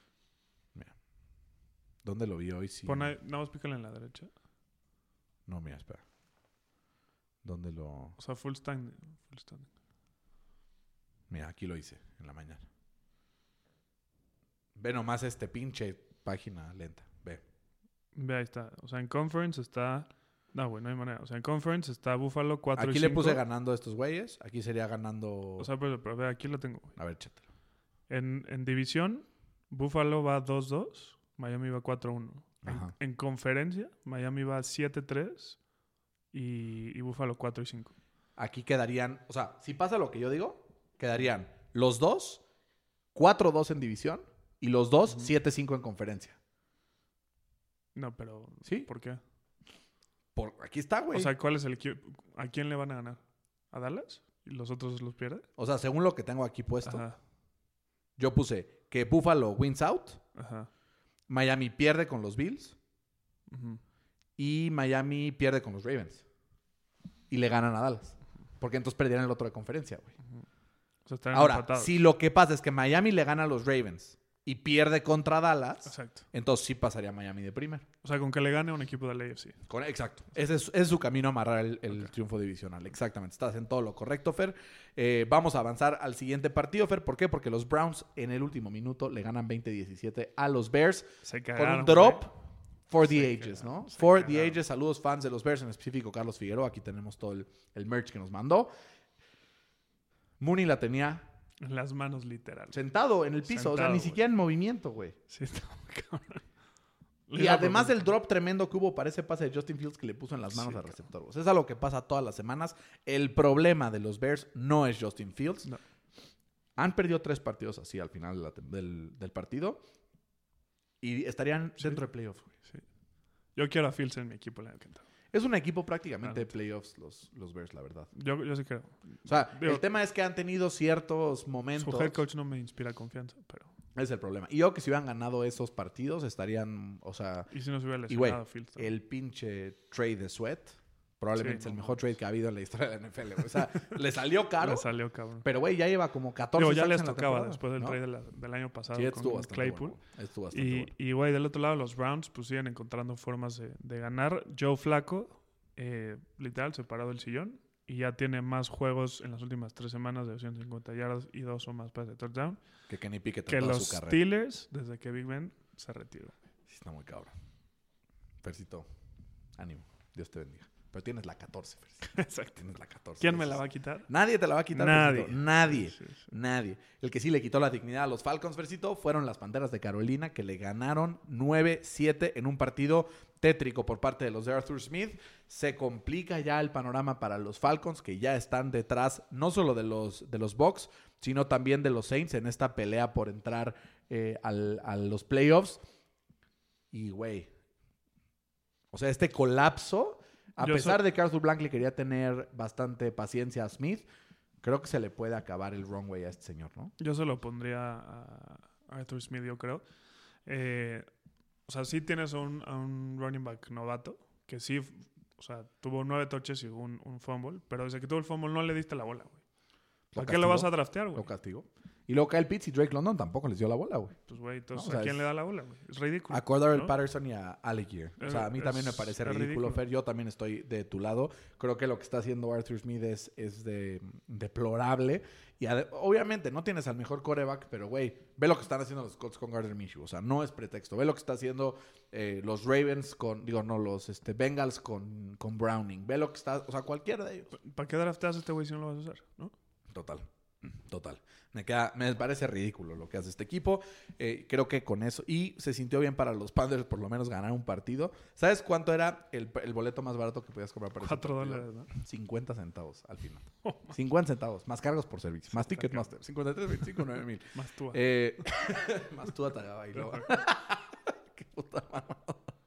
¿Dónde lo vi hoy? Sí. Pon ahí, nada más pícale en la derecha. No, mira, espera. ¿Dónde lo...? O sea, full stand. Full stand. Mira, aquí lo hice, en la mañana. Ve nomás este pinche página lenta. Ve. Ve, ahí está. O sea, en conference está... No, güey, no hay manera. O sea, en conference está Buffalo cuatro Aquí y le cinco. puse ganando a estos güeyes. Aquí sería ganando... O sea, pero, pero ve, aquí lo tengo, güey. a ver, chétalo. En, en división, Buffalo va dos dos, Miami va cuatro uno. En, Ajá. en conferencia, Miami va siete tres y, y Buffalo cuatro y cinco. Aquí quedarían... O sea, si pasa lo que yo digo, quedarían los dos cuatro dos en división y los dos Ujú. siete cinco en conferencia. No, pero... ¿Sí? ¿Por qué? Por, aquí está, güey. O sea, ¿cuál es el equipo? ¿A quién le van a ganar? ¿A Dallas? ¿Y los otros los pierde? O sea, según lo que tengo aquí puesto, Ajá, yo puse que Buffalo wins out, ajá. Miami pierde con los Bills Ujú. y Miami pierde con los Ravens. Y le ganan a Dallas. Porque entonces perdieran el otro de conferencia, güey. O sea, están Ahora, empatados. si lo que pasa es que Miami le gana a los Ravens y pierde contra Dallas, Exacto. entonces sí pasaría Miami de primero. O sea, con que le gane a un equipo del A F C. Con- exacto. Ese es, ese es su camino a amarrar el, el Ok. triunfo divisional. Exactamente. Estás en todo lo correcto, Fer. Eh, vamos a avanzar al siguiente partido, Fer. ¿Por qué? Porque los Browns en el último minuto le ganan veinte diecisiete a los Bears Se con cagaron. un drop güey. for Se the ages, cagaron, ¿no? se For the cagaron. ages. Saludos fans de los Bears, en específico Carlos Figueroa. Aquí tenemos todo el, el merch que nos mandó. Mooney la tenía En las manos, literal. sentado en el piso. o sea, Sentado, ni güey. siquiera en movimiento, güey. Sí, está muy cabrón. Le Y iba a además del proponer- drop tremendo que hubo para ese pase de Justin Fields que le puso en las manos Sí, al cabrón. receptor. O sea, es algo que pasa todas las semanas. El problema de los Bears no es Justin Fields. No. Han perdido tres partidos así al final de la tem- del, del partido. Y estarían Sí. dentro de playoffs, güey. Sí. Yo quiero a Fields en mi equipo el año que entra. Es un equipo prácticamente Claro. de playoffs los, los Bears, la verdad. Yo, yo sí creo. O sea, Digo, el tema es que han tenido ciertos momentos. Su head coach no me inspira confianza, pero... Es el problema. Y yo que si hubieran ganado esos partidos estarían, o sea, Y si no se hubiera y güey, lesionado Fields. también. el pinche trade de Sweat probablemente Sí, es el no mejor mames. trade que ha habido en la historia de la N F L. güey. O sea, le salió caro, Le salió cabrón. pero güey, ya lleva como catorce Digo, ya sacks les en la tocaba temporada, después del ¿no? trade de la- del año pasado Sí, estuvo con bastante Claypool. bueno. Estuvo bastante Y, bueno. y, güey, del otro lado, los Browns pues siguen encontrando formas de, de ganar. Joe Flacco, eh, literal, se paró del sillón y ya tiene más juegos en las últimas tres semanas de doscientos cincuenta yardas y dos o más pases de touchdown Que Kenny Pickett que en toda los su carrera. Steelers desde que Big Ben se retiró. Sí, está muy cabrón. Fercito, ánimo. Dios te bendiga. Pero tienes la catorce, Fercito. Exacto. Tienes la catorce. ¿Quién me Eso la es- va a quitar? Nadie te la va a quitar, Nadie. Fercito. Nadie. Sí, sí. Nadie. El que sí le quitó la dignidad a los Falcons, Fercito, fueron las Panteras de Carolina, que le ganaron nueve siete en un partido tétrico por parte de los de Arthur Smith. Se complica ya el panorama para los Falcons, que ya están detrás no solo de los, de los Bucs, sino también de los Saints en esta pelea por entrar eh, al- a los playoffs. Y, güey, o sea, este colapso, a Yo pesar so- de que Arthur Blank le quería tener bastante paciencia a Smith, creo que se le puede acabar el wrong way a este señor, ¿no? Yo se lo pondría a Arthur Smith, yo creo. Eh, o sea, sí tienes a un, a un running back novato que sí, o sea, tuvo nueve touches y un, un fumble, pero desde que tuvo el fumble no le diste la bola, güey. Lo ¿Para qué lo vas a castigó, draftear, güey? Lo castigó. Y luego Kyle Pitts y Drake London tampoco les dio la bola, güey. Pues, güey, entonces, No, o sea, ¿a quién es- le da la bola, güey? Es ridículo. A Cordell ¿no? Patterson y a Algier. O sea, a mí Es- también me parece es ridículo, ridículo. Fer. Yo también estoy de tu lado. Creo que lo que está haciendo Arthur Smith es, es de, deplorable. Y ade- obviamente no tienes al mejor quarterback, pero güey, ve lo que están haciendo los Colts con Gardner Minshew. O sea, no es pretexto. Ve lo que está haciendo eh, los Ravens con, digo, no, los este, Bengals con, con Browning. Ve lo que está, o sea, cualquiera de ellos. ¿Para qué drafteas a este güey si no lo vas a usar, no? Total. Total. Me, queda, me parece ridículo lo que hace este equipo. Eh, creo que con eso... Y se sintió bien para los Panthers por lo menos ganar un partido. ¿Sabes cuánto era el, el boleto más barato que podías comprar para ese Cuatro partido? dólares, ¿no? cincuenta centavos al final. Oh, cincuenta centavos. Más cargos por servicio. Más Está Ticketmaster. cincuenta y tres, veinticinco, nueve mil. Más tú. Eh, más tú atagaba y luego... Qué puta mamada.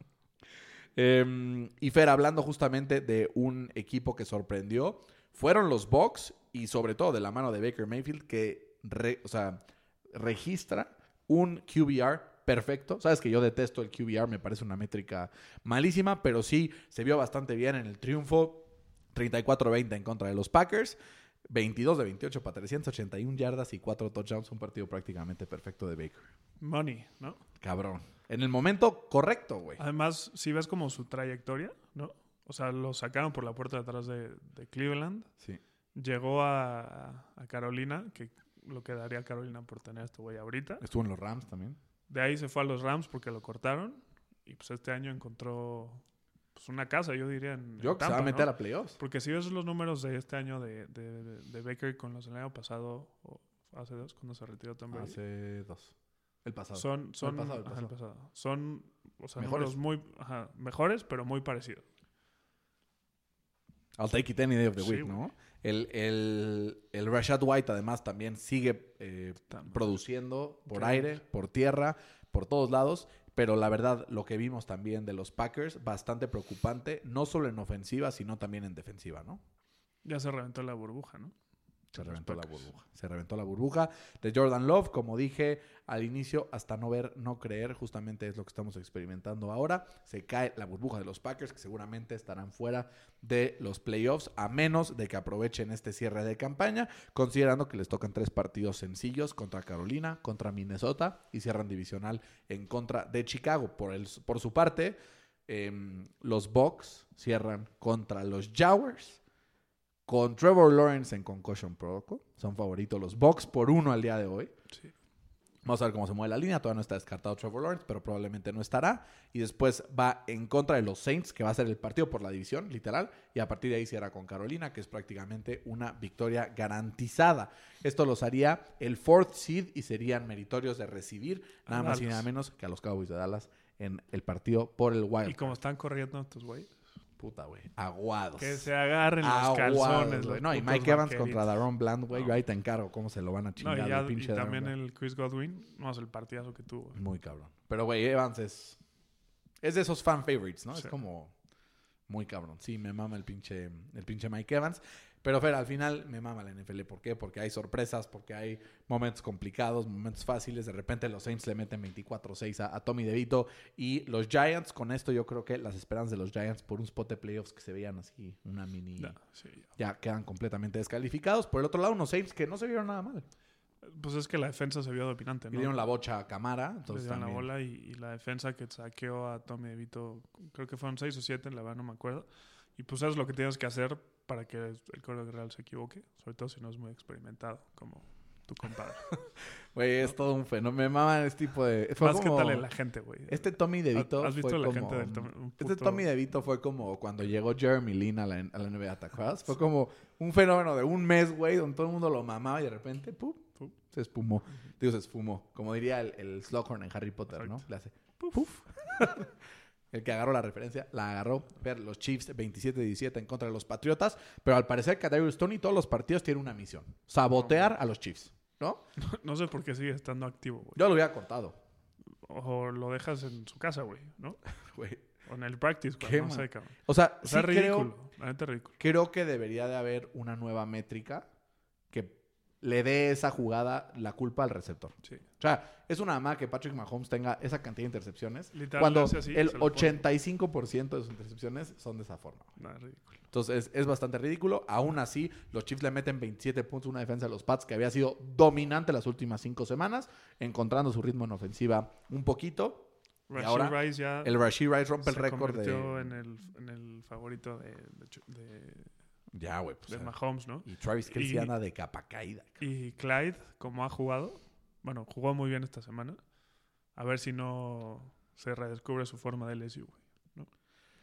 Eh, y Fer, hablando justamente de un equipo que sorprendió, fueron los Bucks y sobre todo de la mano de Baker Mayfield que re, o sea, registra un Q B R perfecto. Sabes que yo detesto el Q B R, me parece una métrica malísima, pero sí se vio bastante bien en el triunfo. treinta y cuatro veinte en contra de los Packers. veintidós de veintiocho para trescientas ochenta y una yardas y cuatro touchdowns. Un partido prácticamente perfecto de Baker. Money, ¿no? Cabrón. En el momento correcto, güey. Además, si ves como su trayectoria, ¿no? O sea, lo sacaron por la puerta de atrás de, de Cleveland. Sí. Llegó a, a Carolina, que lo que daría a Carolina por tener a este güey ahorita. Estuvo en los Rams también. De ahí se fue a los Rams porque lo cortaron. Y pues este año encontró pues una casa, yo diría, en, Yo en que se va a Tampa, meter ¿no? a playoffs. Porque si ves los números de este año de, de, de, de Baker con los del año pasado, o hace dos, cuando se retiró Tom Brady. Hace dos. El pasado. Son, son, el pasado, el ajá, el pasado. pasado. Son, o sea, Mejores. números muy ajá, mejores, pero muy parecidos. I'll take it any day of the Sí, week, güey. ¿no? El, el, el Rashad White además también sigue eh, También. produciendo por Increíble. aire, por tierra, por todos lados. Pero la verdad, lo que vimos también de los Packers, bastante preocupante, no solo en ofensiva, sino también en defensiva, ¿no? Ya se reventó la burbuja, ¿no? Se Los reventó la Packers. burbuja. Se reventó la burbuja de Jordan Love. Como dije al inicio, hasta no ver, no creer, justamente es lo que estamos experimentando ahora. Se cae la burbuja de los Packers, que seguramente estarán fuera de los playoffs, a menos de que aprovechen este cierre de campaña, considerando que les tocan tres partidos sencillos contra Carolina, contra Minnesota y cierran divisional en contra de Chicago. Por, el, por su parte, eh, los Bucks cierran contra los Jaguars, con Trevor Lawrence en Concussion Protocol. Son favoritos los Bucks por uno al día de hoy. Sí. Vamos a ver cómo se mueve la línea. Todavía no está descartado Trevor Lawrence, pero probablemente no estará. Y después va en contra de los Saints, que va a ser el partido por la división, literal. Y a partir de ahí cierra con Carolina, que es prácticamente una victoria garantizada. Esto los haría el fourth seed y serían meritorios de recibir A nada más y Dallas. nada menos que a los Cowboys de Dallas en el partido por el Wild Y como Card. están corriendo estos güey, Puta, güey. Aguados. que se agarren los Aguados, calzones. güey. los No, y putos Mike Evans vaqueritos. contra Daron Bland, güey. No. Yo ahí te encargo cómo se lo van a No, chingar. y, ya- el y pinche Daron también Bland. el Chris Godwin, no, el partidazo que tuvo. Muy cabrón. Pero, güey, Evans es... Es de esos fan favorites, ¿no? Sí. Es como... Muy cabrón. Sí, me mama el pinche, el pinche Mike Evans. Pero, Fer, al final me mama la N F L. ¿Por qué? Porque hay sorpresas, porque hay momentos complicados, momentos fáciles. De repente los Saints le meten veinticuatro seis a, a Tommy DeVito. Y los Giants, con esto yo creo que las esperanzas de los Giants por un spot de playoffs que se veían así, una mini... Ya, sí, ya. Ya quedan completamente descalificados. Por el otro lado, unos Saints que no se vieron nada mal. Pues es que la defensa se vio dominante, Le ¿no? dieron la bocha a Camara. Le Entonces dieron la también- bola y, y la defensa que saqueó a Tommy DeVito, creo que fueron seis o siete, la verdad no me acuerdo. Y pues eso es lo que tienes que hacer para que el quarterback real se equivoque, sobre todo si no es muy experimentado, como tu compadre. Güey, es todo un fenómeno. Me maman este tipo de... Fue Más como- que tal en la gente, güey. Este Tommy DeVito ¿Has visto fue la como... gente del Tommy? Un Este puto- Tommy DeVito fue como cuando llegó Jeremy Lin a la, a la N B A, ¿te acuerdas? Fue como un fenómeno de un mes, güey, donde todo el mundo lo mamaba y de repente, ¡pum! Pum. Se espumó. Digo, se esfumó. Como diría el, el Slughorn en Harry Potter, ¿no? Exacto. Le hace ¡puf! El que agarró la referencia, la agarró. Ver, los Chiefs veintisiete diecisiete en contra de los Patriotas. Pero al parecer Kadarius Toney todos los partidos tienen una misión. Sabotear a los Chiefs, ¿no? No sé por qué sigue estando activo, güey. Yo lo hubiera cortado, O lo dejas en su casa, güey, ¿no? güey. O en el practice, Qué güey, no mal. sé, cabrón. O sea, O sea, sí es creo... ridículo. La neta es ridículo. Creo que debería de haber una nueva métrica que le dé esa jugada la culpa al receptor. Sí. O sea, es una mamá que Patrick Mahomes tenga esa cantidad de intercepciones Literal, cuando hace así, el se lo pone. ochenta y cinco por ciento de sus intercepciones son de esa forma. No, es ridículo. Entonces, es, es bastante ridículo. Aún así, los Chiefs le meten veintisiete puntos a una defensa de los Pats que había sido dominante las últimas cinco semanas, encontrando su ritmo en ofensiva un poquito. Rashee ahora, Rice ya El Rashee Rice rompe el se récord convirtió de... en el, en el favorito de, de, Ch- de, Ya, güey. Pues, de eh, Mahomes, ¿no? y Travis Kelce Y- anda de capa caída. Y Clyde, como ha jugado, bueno, jugó muy bien esta semana. A ver si no se redescubre su forma de L S U, güey.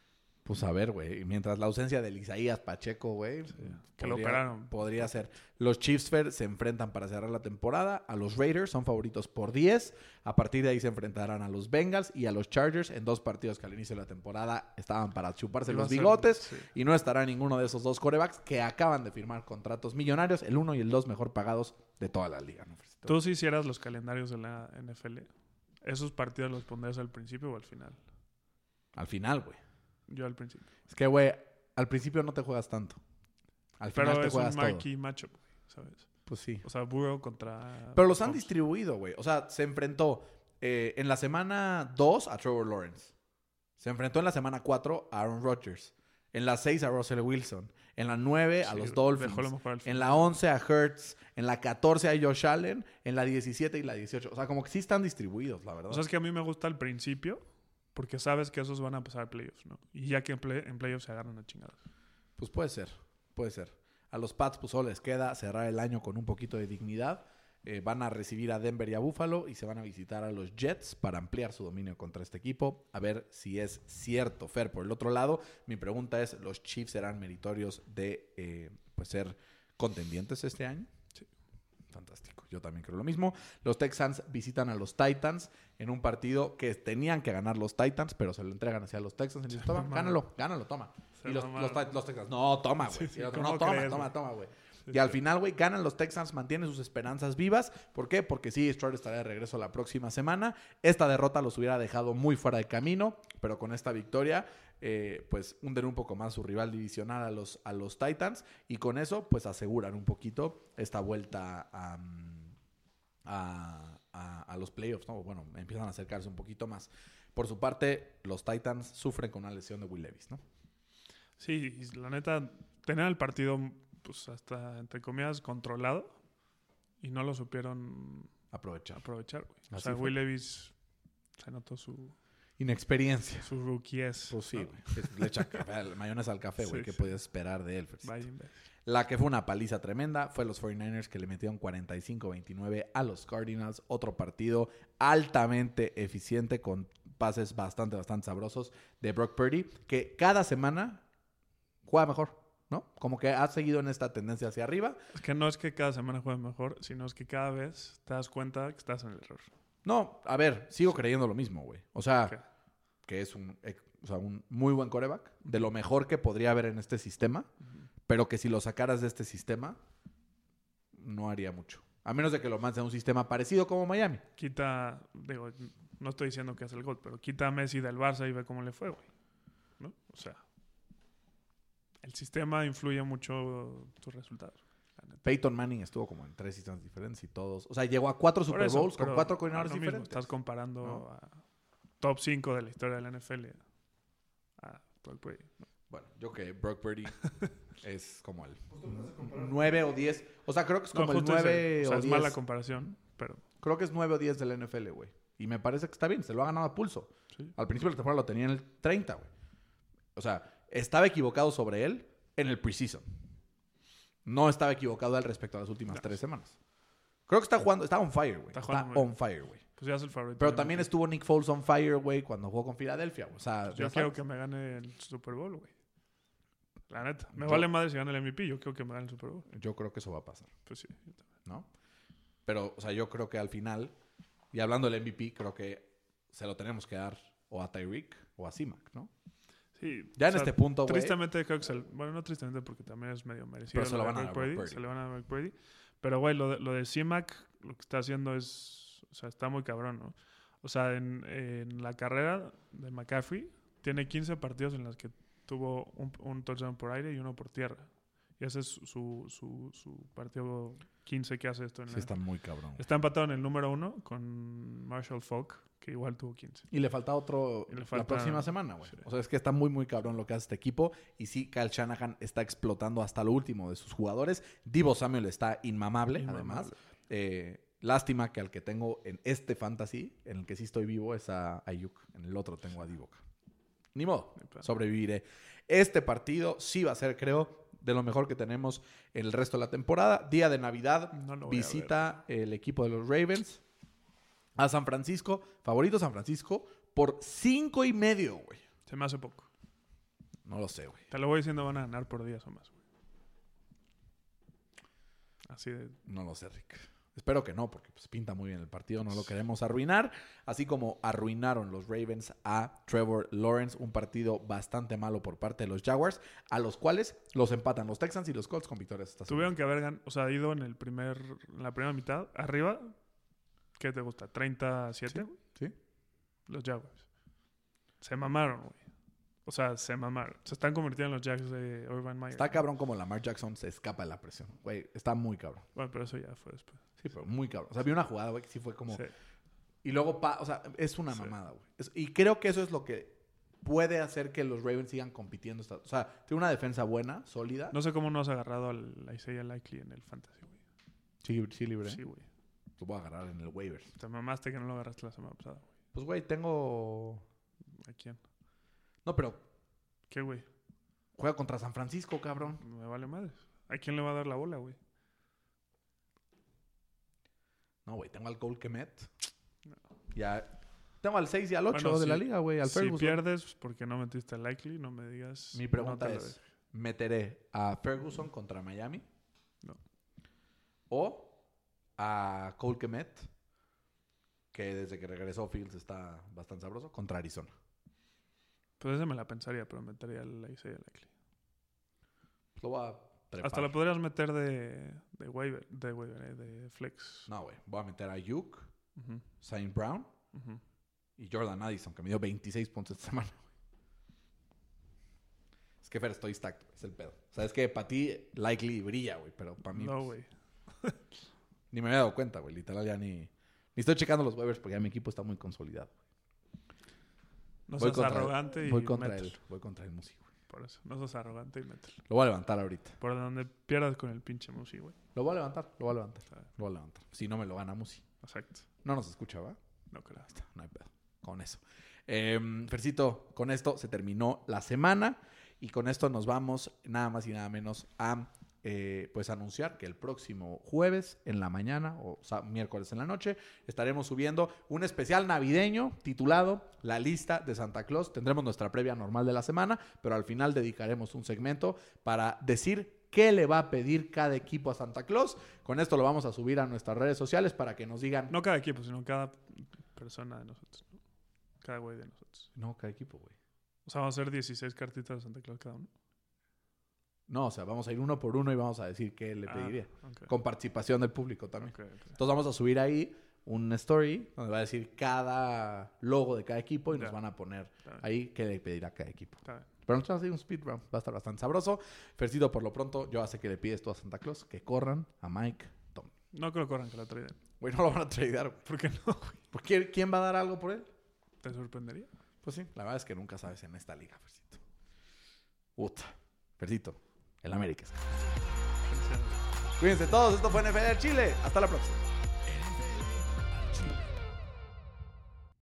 Pues a ver, güey. Mientras la ausencia del Isaías Pacheco, güey. Sí, que lo operaron. Podría ser. Los Chiefs Fer se enfrentan para cerrar la temporada a los Raiders. Son favoritos por diez. A partir de ahí se enfrentarán a los Bengals y a los Chargers en dos partidos que al inicio de la temporada estaban para chuparse Iba los a ser- bigotes. sí. Y no estará ninguno de esos dos quarterbacks que acaban de firmar contratos millonarios. El uno y el dos mejor pagados de toda la liga, ¿no, Fercito? Tú si hicieras los calendarios de la N F L, ¿esos partidos los pondrías al principio o al final? Al final, güey. Yo al principio. Es que, güey, al principio no te juegas tanto. Al final Pero te es un juegas todo. marquee matchup, güey, ¿sabes? Pues sí. O sea, Burrow contra... Pero los han Mahomes. distribuido, güey. O sea, se enfrentó eh, en la semana dos a Trevor Lawrence. Se enfrentó en la semana cuatro a Aaron Rodgers. En la seis a Russell Wilson. En la nueve a Sí, los dejó lo Dolphins. mejor al final. En la once a Hurts. En la catorce a Josh Allen. En la diecisiete y la dieciocho. O sea, como que sí están distribuidos, la verdad. O sea, es que a mí me gusta al principio porque sabes que esos van a pasar a playoffs, ¿no? Y ya que en, play- en playoffs se agarran a chingadas. Pues puede ser, puede ser. A los Pats pues solo les queda cerrar el año con un poquito de dignidad. Eh, van a recibir a Denver y a Buffalo y se van a visitar a los Jets para ampliar su dominio contra este equipo. A ver si es cierto, Fer. Por el otro lado, mi pregunta es, ¿los Chiefs serán meritorios de eh, pues ser contendientes este año? Sí. Fantástico. Yo también creo lo mismo. Los Texans visitan a los Titans en un partido que tenían que ganar los Titans, pero se lo entregan hacia los Texans. Y dicen, toma, mamaron. gánalo, gánalo, toma. Se y los, mamaron. los, Tit- los Texans, no, toma, güey. Sí, sí, Y el otro, ¿cómo no, toma, crees, toma, güey? toma, güey. Sí, Y al sí. final, güey, ganan los Texans, mantienen sus esperanzas vivas. ¿Por qué? Porque sí, Stroud estará de regreso la próxima semana. Esta derrota los hubiera dejado muy fuera de camino, pero con esta victoria, eh, pues hunden un poco más su rival divisional a los, a los Titans. Y con eso, pues aseguran un poquito esta vuelta a, a, a- a los playoffs, ¿no? Bueno, empiezan a acercarse un poquito más. Por su parte, los Titans sufren con una lesión de Will Levis, ¿no? Sí, y la neta, tener el partido, pues hasta, entre comillas, controlado y no lo supieron Aprovechar. aprovechar, güey. O Así sea, fue. Will Levis se notó su, Inexperiencia. su rookies. Pues sí, güey. Es- Le echa café, mayonesa al café, güey. Sí, ¿Qué sí. podías esperar de él, Fercito? Vaya imbécil. La que fue una paliza tremenda fue los cuarenta y nueve ers que le metieron cuarenta y cinco veintinueve a los Cardinals. Otro partido altamente eficiente con pases bastante, bastante sabrosos de Brock Purdy, que cada semana juega mejor, ¿no? Como que ha seguido en esta tendencia hacia arriba. Es que no es que cada semana juegue mejor, sino es que cada vez te das cuenta que estás en el error. No, a ver, sigo creyendo lo mismo, güey. O sea, Ok. que es un, eh, o sea, un muy buen quarterback, de lo mejor que podría haber en este sistema, pero que si lo sacaras de este sistema, no haría mucho. A menos de que lo mandes a un sistema parecido como Miami. Quita, digo, no estoy diciendo que hace el gol, pero quita a Messi del Barça y ve cómo le fue, güey. ¿No? O sea, el sistema influye mucho tus resultados. la neta. Peyton Manning estuvo como en tres sistemas diferentes y todos. O sea, llegó a cuatro Por Super eso, Bowls con pero cuatro a coordinadores lo mismo, diferentes. Estás comparando ¿No? a top cinco de la historia de la N F L a Brock Purdy, ¿no? Bueno, yo que Brock Purdy es como el nueve o diez. O sea, creo que es No, como el justo nueve ese, o sea, o es diez. mala comparación, pero Creo que es nueve o diez de la N F L, güey. Y me parece que está bien, se lo ha ganado a pulso. sí. Al principio de la temporada lo tenía en el treinta, güey. O sea, estaba equivocado sobre él en el preseason. No estaba equivocado al respecto a las últimas No. tres semanas. Creo que está jugando, está on fire, güey. Está Está, jugando muy on fire, güey. Pues ya es el favorito. Pero del también M V P. estuvo Nick Foles on fire, güey, cuando jugó con Filadelfia. O sea, Yo ya quiero sabes. que me gane el Super Bowl, güey. La neta. Me Yo- vale madre si gana el M V P. Yo quiero que me gane el Super Bowl. Yo creo que eso va a pasar, Pues sí. yo también. ¿no? Pero, o sea, yo creo que al final, y hablando del M V P, creo que se lo tenemos que dar o a Tyreek o a C-Mac, ¿no? Sí. Ya o en sea, este punto, güey. Tristemente creo que se... Bueno, no tristemente porque también es medio merecido. Pero se lo de van a Brock dar a Brock Purdy, Purdy. Se le van a dar a Brock Purdy. Pero, güey, lo de, lo de C-Mac, lo que está haciendo es... O sea, está muy cabrón, ¿no? O sea, en, en la carrera de McCaffrey, tiene quince partidos en los que tuvo un, un touchdown por aire y uno por tierra. Y ese es su, su, su partido quince que hace esto en Sí, la... está muy cabrón. güey. Está empatado en el número uno con Marshall Falk, que igual tuvo quince. Y le falta otro Y le la falta- próxima semana, güey. sí. O sea, es que está muy, muy cabrón lo que hace este equipo. Y sí, Kyle Shanahan está explotando hasta lo último de sus jugadores. Divo Samuel está inmamable, Inmamable. además. Eh, lástima que al que tengo en este fantasy, en el que sí estoy vivo, es a Ayuk. En el otro tengo a Divock. Ni modo, Ni pedo. sobreviviré. Este partido sí va a ser, creo, de lo mejor que tenemos en el resto de la temporada. Día de Navidad, No lo voy a visita el equipo de los Ravens a San Francisco. Favorito San Francisco por cinco y medio, güey. Se me hace poco. No lo sé, güey. Te lo voy diciendo, van a ganar por días o más, güey. Así de... No lo sé, Rick. Espero que no, porque pues, pinta muy bien el partido. No lo queremos arruinar. Así como arruinaron los Ravens a Trevor Lawrence. Un partido bastante malo por parte de los Jaguars, a los cuales los empatan los Texans y los Colts con victorias esta semana. Tuvieron que haber gan- o sea, ido en el primer, en la primera mitad, arriba. ¿Qué te gusta? ¿treinta a siete? Sí, sí. Los Jaguars. Se mamaron, güey. O sea, se mamaron. Se están convirtiendo en los Jags de Urban Meyer. Está cabrón como Lamar Jackson se escapa de la presión. Güey, está muy cabrón. Bueno, pero eso ya fue después. Sí, pero muy cabrón. O sea, vi una jugada, güey, que sí fue como... Sí. Y luego, pa... o sea, es una Sí. mamada, güey. Es- Y creo que eso es lo que puede hacer que los Ravens sigan compitiendo. Esta... O sea, tiene una defensa buena, sólida. No sé cómo no has agarrado al Isaiah Likely en el Fantasy, güey. Sí, sí, libre. Sí, güey. Lo voy a agarrar en el waivers. Te mamaste que no lo agarraste la semana pasada, güey. Pues, güey, tengo... ¿A quién? No, pero ¿Qué, güey? juega contra San Francisco, cabrón. Me vale madre. ¿A quién le va a dar la bola, güey? No, güey, tengo al Cole Kmet. No. Ya... Tengo al seis y al ocho Bueno, de si- la liga, güey. Al Si Ferguson. pierdes porque no metiste a Likely, no me digas... Mi pregunta no te lo es... dejo. ¿Meteré a Ferguson contra Miami? No. ¿O a Cole Kmet, que desde que regresó Fields está bastante sabroso, contra Arizona? Pues esa me la pensaría, pero metería al Isaiah Likely. Pues lo voy a trepar. Hasta lo podrías meter de, de waiver, de waiver, eh, de flex. No, güey. Voy a meter a Ayuk, Ujú, Saint Brown ujú. y Jordan Addison, que me dio veintiséis puntos esta semana. güey. Es que, Fer, estoy stacked. Es el pedo. O sea, es que para ti, Likely brilla, güey. Pero para mí, No, pues, güey. ni me había dado cuenta, güey. Literal, ya ni... Ni estoy checando los waivers porque ya mi equipo está muy consolidado. No Voy seas contra- arrogante y Voy contra mételo. él. Voy contra el Musi, güey. Por eso. No seas arrogante y mételo. Lo voy a levantar ahorita. Por donde pierdas con el pinche Musi, güey. Lo voy a levantar. Lo voy a levantar. Está bien. Lo voy a levantar. Si no me lo gana Musi. Exacto. No nos escucha, ¿va? No creo. Ahí está, no hay pedo. Con eso. Eh, Fercito, con esto se terminó la semana. Y con esto nos vamos nada más y nada menos a eh, pues anunciar que el próximo jueves en la mañana o sa- miércoles en la noche estaremos subiendo un especial navideño titulado La Lista de Santa Claus. Tendremos nuestra previa normal de la semana, pero al final dedicaremos un segmento para decir qué le va a pedir cada equipo a Santa Claus. Con esto lo vamos a subir a nuestras redes sociales para que nos digan... No cada equipo, sino cada persona de nosotros. ¿no? Cada güey de nosotros. No, cada equipo, güey. O sea, vamos a hacer dieciséis cartitas de Santa Claus cada uno. No, o sea, vamos a ir uno por uno y vamos a decir qué le Ah, pediría. ok. Con participación del público también. Ok, ok. Entonces vamos a subir ahí un story donde va a decir cada logo de cada equipo y nos Ya. van a poner Está bien. ahí qué le pedirá cada equipo. Está bien. Pero nosotros vamos a hacer un speed round. Va a estar bastante sabroso. Fercito, por lo pronto, yo sé que le pides tú a Santa Claus que corran a Mike Tom. No creo que corran que la traden. Güey, no lo van a tradear. ¿Por qué no, güey? ¿Por qué? ¿Quién va a dar algo por él? ¿Te sorprendería? Pues sí, la verdad es que nunca sabes en esta liga, Fercito. Puta. Fercito, el América. Felicidades. Cuídense todos. Esto fue N F L Chile. Hasta la próxima.